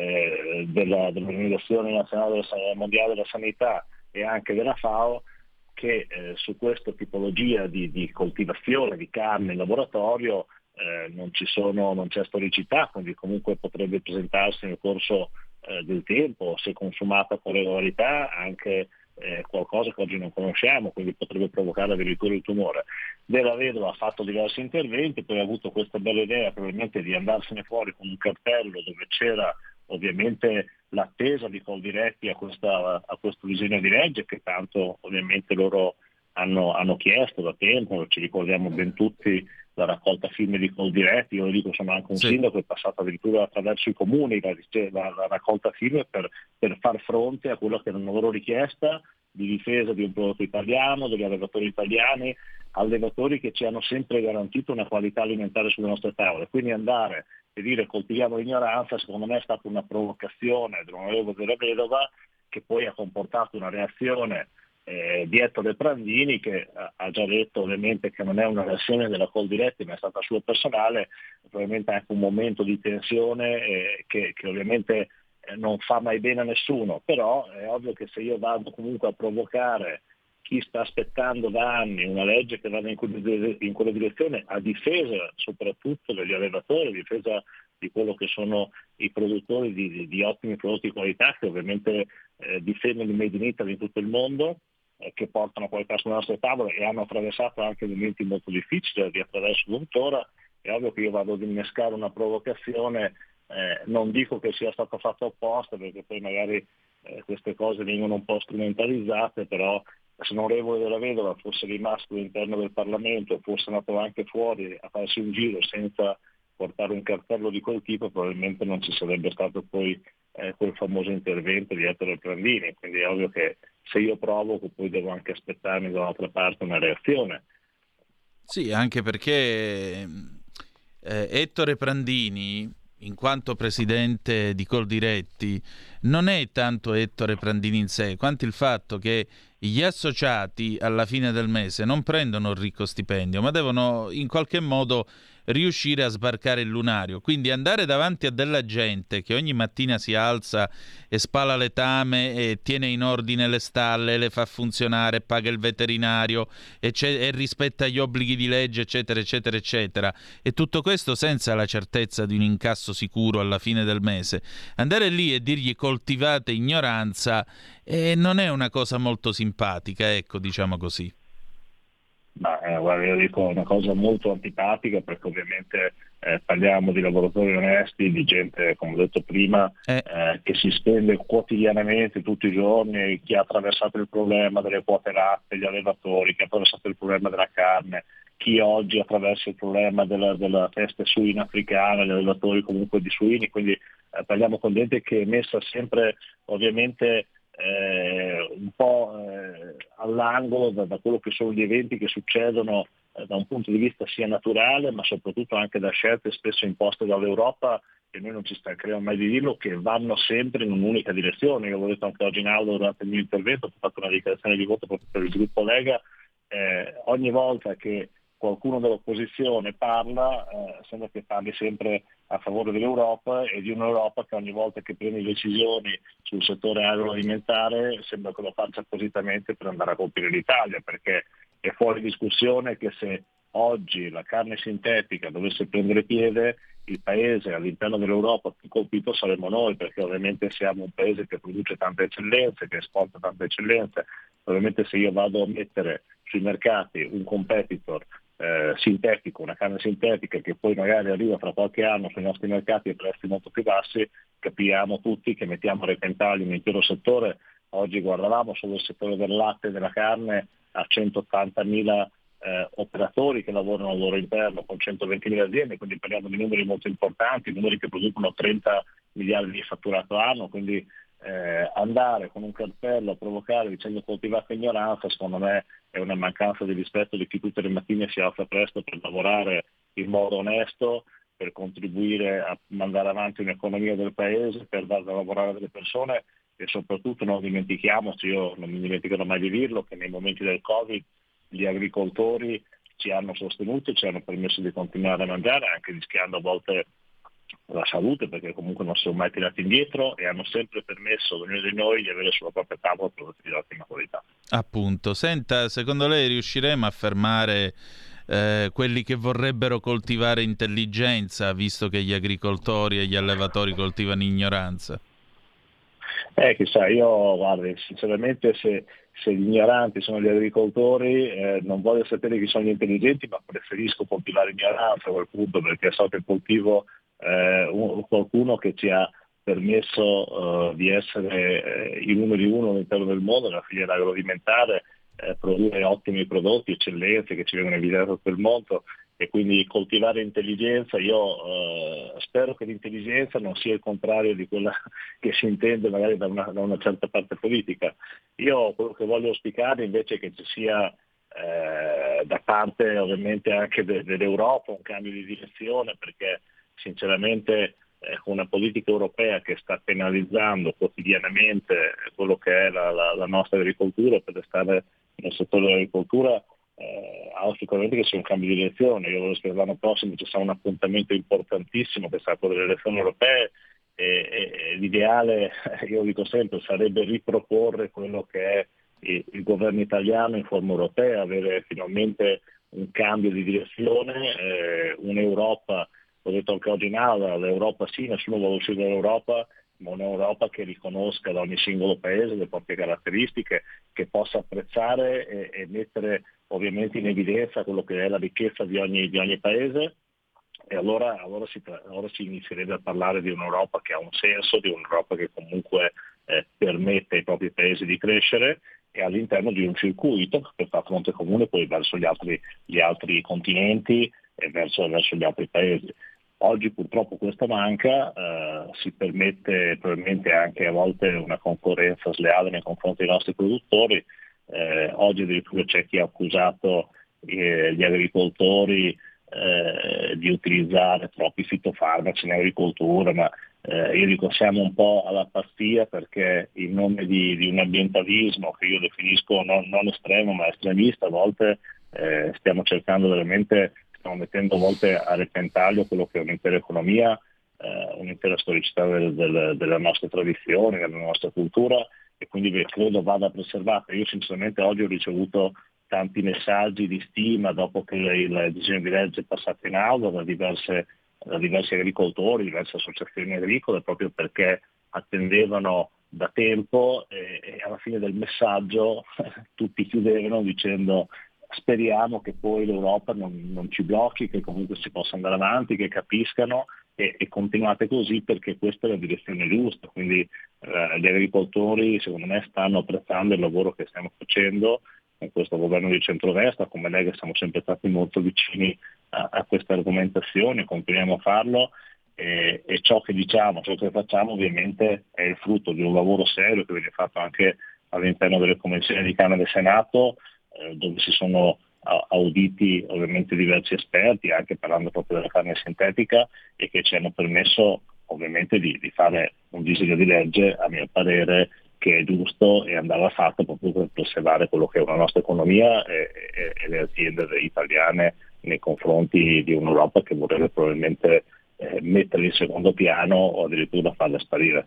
dell'Organizzazione Nazionale Mondiale della Sanità e anche della FAO che su questa tipologia di coltivazione di carne in laboratorio non c'è storicità, quindi comunque potrebbe presentarsi nel corso del tempo, se consumata con regolarità, anche qualcosa che oggi non conosciamo, quindi potrebbe provocare addirittura il tumore. Della Vedova ha fatto diversi interventi, poi ha avuto questa bella idea probabilmente di andarsene fuori con un cartello dove c'era ovviamente l'attesa di Coldiretti a questo disegno di legge che tanto ovviamente loro hanno chiesto da tempo. Ci ricordiamo ben tutti la raccolta firme di Coldiretti. Io lo dico, sono anche un sindaco, è passato addirittura attraverso i comuni la raccolta firme per far fronte a quello che era una loro richiesta di difesa di un prodotto italiano, degli allevatori italiani, allevatori che ci hanno sempre garantito una qualità alimentare sulle nostre tavole. Quindi andare e dire coltiviamo l'ignoranza, secondo me è stata una provocazione dell'onorevole Della Vedova che poi ha comportato una reazione di Ettore Prandini, che ha già detto ovviamente che non è una reazione della Coldiretti, ma è stata sua personale, probabilmente anche un momento di tensione che ovviamente non fa mai bene a nessuno, però è ovvio che se io vado comunque a provocare chi sta aspettando da anni una legge che vada in quella direzione, a difesa soprattutto degli allevatori, a difesa di quello che sono i produttori di ottimi prodotti di qualità, che ovviamente difendono il Made in Italy in tutto il mondo, che portano qualità sulle nostre tavole e hanno attraversato anche momenti molto difficili, di attraverso tuttora. È ovvio che io vado ad innescare una provocazione, non dico che sia stato fatto apposta, perché poi magari queste cose vengono un po' strumentalizzate, però se l'onorevole Della Vedova fosse rimasto all'interno del Parlamento e fosse andato anche fuori a farsi un giro senza portare un cartello di quel tipo, probabilmente non ci sarebbe stato poi quel famoso intervento di Ettore Prandini. Quindi è ovvio che se io provoco poi devo anche aspettarmi dall'altra parte una reazione. Sì, anche perché Ettore Prandini, in quanto presidente di Coldiretti, non è tanto Ettore Prandini in sé, quanto il fatto che gli associati alla fine del mese non prendono un ricco stipendio, ma devono in qualche modo riuscire a sbarcare il lunario. Quindi andare davanti a della gente che ogni mattina si alza e spala letame e tiene in ordine le stalle, le fa funzionare, paga il veterinario e rispetta gli obblighi di legge, eccetera, eccetera, eccetera, e tutto questo senza la certezza di un incasso sicuro alla fine del mese, andare lì e dirgli coltivate ignoranza non è una cosa molto simpatica, ecco, diciamo così. Ma guarda, io dico una cosa molto antipatica, perché ovviamente parliamo di lavoratori onesti, di gente, come ho detto prima, che si spende quotidianamente, tutti i giorni, chi ha attraversato il problema delle quote latte, gli allevatori, chi ha attraversato il problema della carne, chi oggi attraversa il problema della peste suina africana, gli allevatori comunque di suini, quindi parliamo con gente che è messa sempre ovviamente un po' all'angolo da quello che sono gli eventi che succedono da un punto di vista sia naturale, ma soprattutto anche da scelte spesso imposte dall'Europa, che noi non ci stancheremo mai di dirlo, che vanno sempre in un'unica direzione. Io l'ho detto anche oggi in aula durante il mio intervento, ho fatto una dichiarazione di voto proprio per il gruppo Lega, ogni volta che qualcuno dell'opposizione parla, sembra che parli sempre a favore dell'Europa e di un'Europa che ogni volta che prende decisioni sul settore agroalimentare sembra che lo faccia appositamente per andare a colpire l'Italia, perché è fuori discussione che se oggi la carne sintetica dovesse prendere piede, il paese all'interno dell'Europa più colpito saremmo noi, perché ovviamente siamo un paese che produce tante eccellenze, che esporta tante eccellenze. Ovviamente se io vado a mettere sui mercati un competitor sintetico, una carne sintetica che poi magari arriva fra qualche anno sui nostri mercati a prezzi molto più bassi, capiamo tutti che mettiamo a repentaglio un intero settore. Oggi guardavamo solo il settore del latte e della carne a 180.000 operatori che lavorano al loro interno con 120.000 aziende, quindi parliamo di numeri molto importanti, numeri che producono 30 miliardi di fatturato anno, quindi andare con un cartello a provocare dicendo coltivate ignoranza, secondo me è una mancanza di rispetto di chi tutte le mattine si alza presto per lavorare in modo onesto, per contribuire a mandare avanti un'economia del paese, per dare da lavorare delle persone, e soprattutto non dimentichiamoci, io non mi dimenticherò mai di dirlo, che nei momenti del Covid gli agricoltori ci hanno sostenuti, ci hanno permesso di continuare a mangiare, anche rischiando a volte la salute, perché comunque non si sono mai tirati indietro e hanno sempre permesso ad ognuno di noi di avere sulla propria tavola prodotti di ottima qualità. Appunto, senta, secondo lei riusciremo a fermare quelli che vorrebbero coltivare intelligenza, visto che gli agricoltori e gli allevatori coltivano ignoranza? Chissà, io guardi, sinceramente se gli ignoranti sono gli agricoltori, non voglio sapere chi sono gli intelligenti, ma preferisco coltivare ignoranza a quel punto, perché so che coltivo qualcuno che ci ha permesso di essere i numeri uno all'interno del mondo nella filiera agroalimentare, produrre ottimi prodotti, eccellenze che ci vengono invidiate da tutto il mondo, e quindi coltivare intelligenza. Io spero che l'intelligenza non sia il contrario di quella che si intende magari da una certa parte politica. Io quello che voglio auspicare invece è che ci sia da parte ovviamente anche dell'Europa un cambio di direzione, perché sinceramente con una politica europea che sta penalizzando quotidianamente quello che è la nostra agricoltura. Per restare nel settore dell'agricoltura, sicuramente che sia un cambio di direzione. Io voglio che l'anno prossimo ci sarà un appuntamento importantissimo che sarà quello delle elezioni europee, e l'ideale, io dico sempre, sarebbe riproporre quello che è il governo italiano in forma europea, avere finalmente un cambio di direzione, un'Europa, ho detto anche oggi in aula, l'Europa sì, nessuno vuole uscire dall'Europa, ma un'Europa che riconosca ad ogni singolo paese le proprie caratteristiche, che possa apprezzare e mettere ovviamente in evidenza quello che è la ricchezza di ogni paese, e allora si inizierebbe a parlare di un'Europa che ha un senso, di un'Europa che comunque permette ai propri paesi di crescere, e all'interno di un circuito che fa fronte comune poi verso gli altri continenti e verso gli altri paesi. Oggi purtroppo questo manca, si permette probabilmente anche a volte una concorrenza sleale nei confronti dei nostri produttori. Oggi addirittura c'è chi ha accusato gli agricoltori di utilizzare troppi fitofarmaci in agricoltura, ma io dico siamo un po' alla pazzia, perché in nome di un ambientalismo che io definisco non estremo ma estremista, a volte stiamo mettendo a volte a repentaglio quello che è un'intera economia, un'intera storicità della nostra tradizione, della nostra cultura, e quindi credo vada preservata. Io sinceramente oggi ho ricevuto tanti messaggi di stima dopo che il disegno di legge è passato in aula da diversi agricoltori, diverse associazioni agricole, proprio perché attendevano da tempo, e alla fine del messaggio tutti chiudevano dicendo: speriamo che poi l'Europa non ci blocchi, che comunque si possa andare avanti, che capiscano, e continuate così, perché questa è la direzione giusta. Quindi gli agricoltori secondo me stanno apprezzando il lavoro che stiamo facendo con questo governo di centrodestra. Come Lega siamo sempre stati molto vicini a queste argomentazioni, continuiamo a farlo, e ciò che diciamo, ciò che facciamo ovviamente è il frutto di un lavoro serio che viene fatto anche all'interno delle commissioni di Camera e Senato, dove si sono auditi ovviamente diversi esperti, anche parlando proprio della carne sintetica, e che ci hanno permesso ovviamente di fare un disegno di legge, a mio parere, che è giusto e andava fatto proprio per preservare quello che è una nostra economia e le aziende italiane nei confronti di un'Europa che vorrebbe probabilmente metterle in secondo piano o addirittura farle sparire.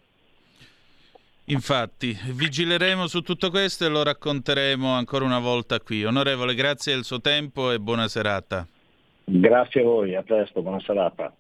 Infatti, vigileremo su tutto questo e lo racconteremo ancora una volta qui. Onorevole, grazie del suo tempo e buona serata. Grazie a voi, a presto, buona serata.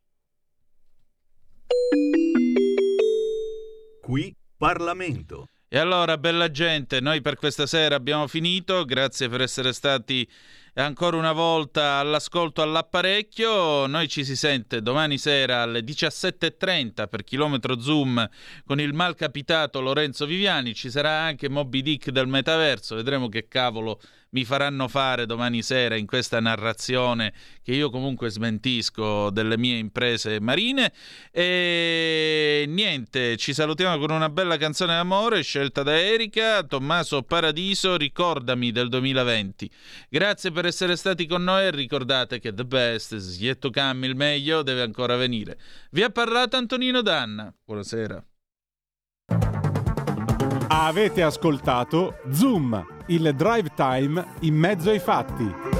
Qui Parlamento. E allora, bella gente, noi per questa sera abbiamo finito. Grazie per essere stati ancora una volta all'ascolto all'apparecchio. Noi ci si sente domani sera alle 17.30 per Chilometro Zoom con il malcapitato Lorenzo Viviani. Ci sarà anche Moby Dick del metaverso. Vedremo che cavolo mi faranno fare domani sera in questa narrazione che io comunque smentisco delle mie imprese marine. E niente, ci salutiamo con una bella canzone d'amore scelta da Erika, Tommaso Paradiso, Ricordami del 2020. Grazie per essere stati con noi e ricordate che the best is yet to come, il meglio deve ancora venire. Vi ha parlato Antonino Danna. Buonasera. Avete ascoltato Zoom, il drive time in mezzo ai fatti.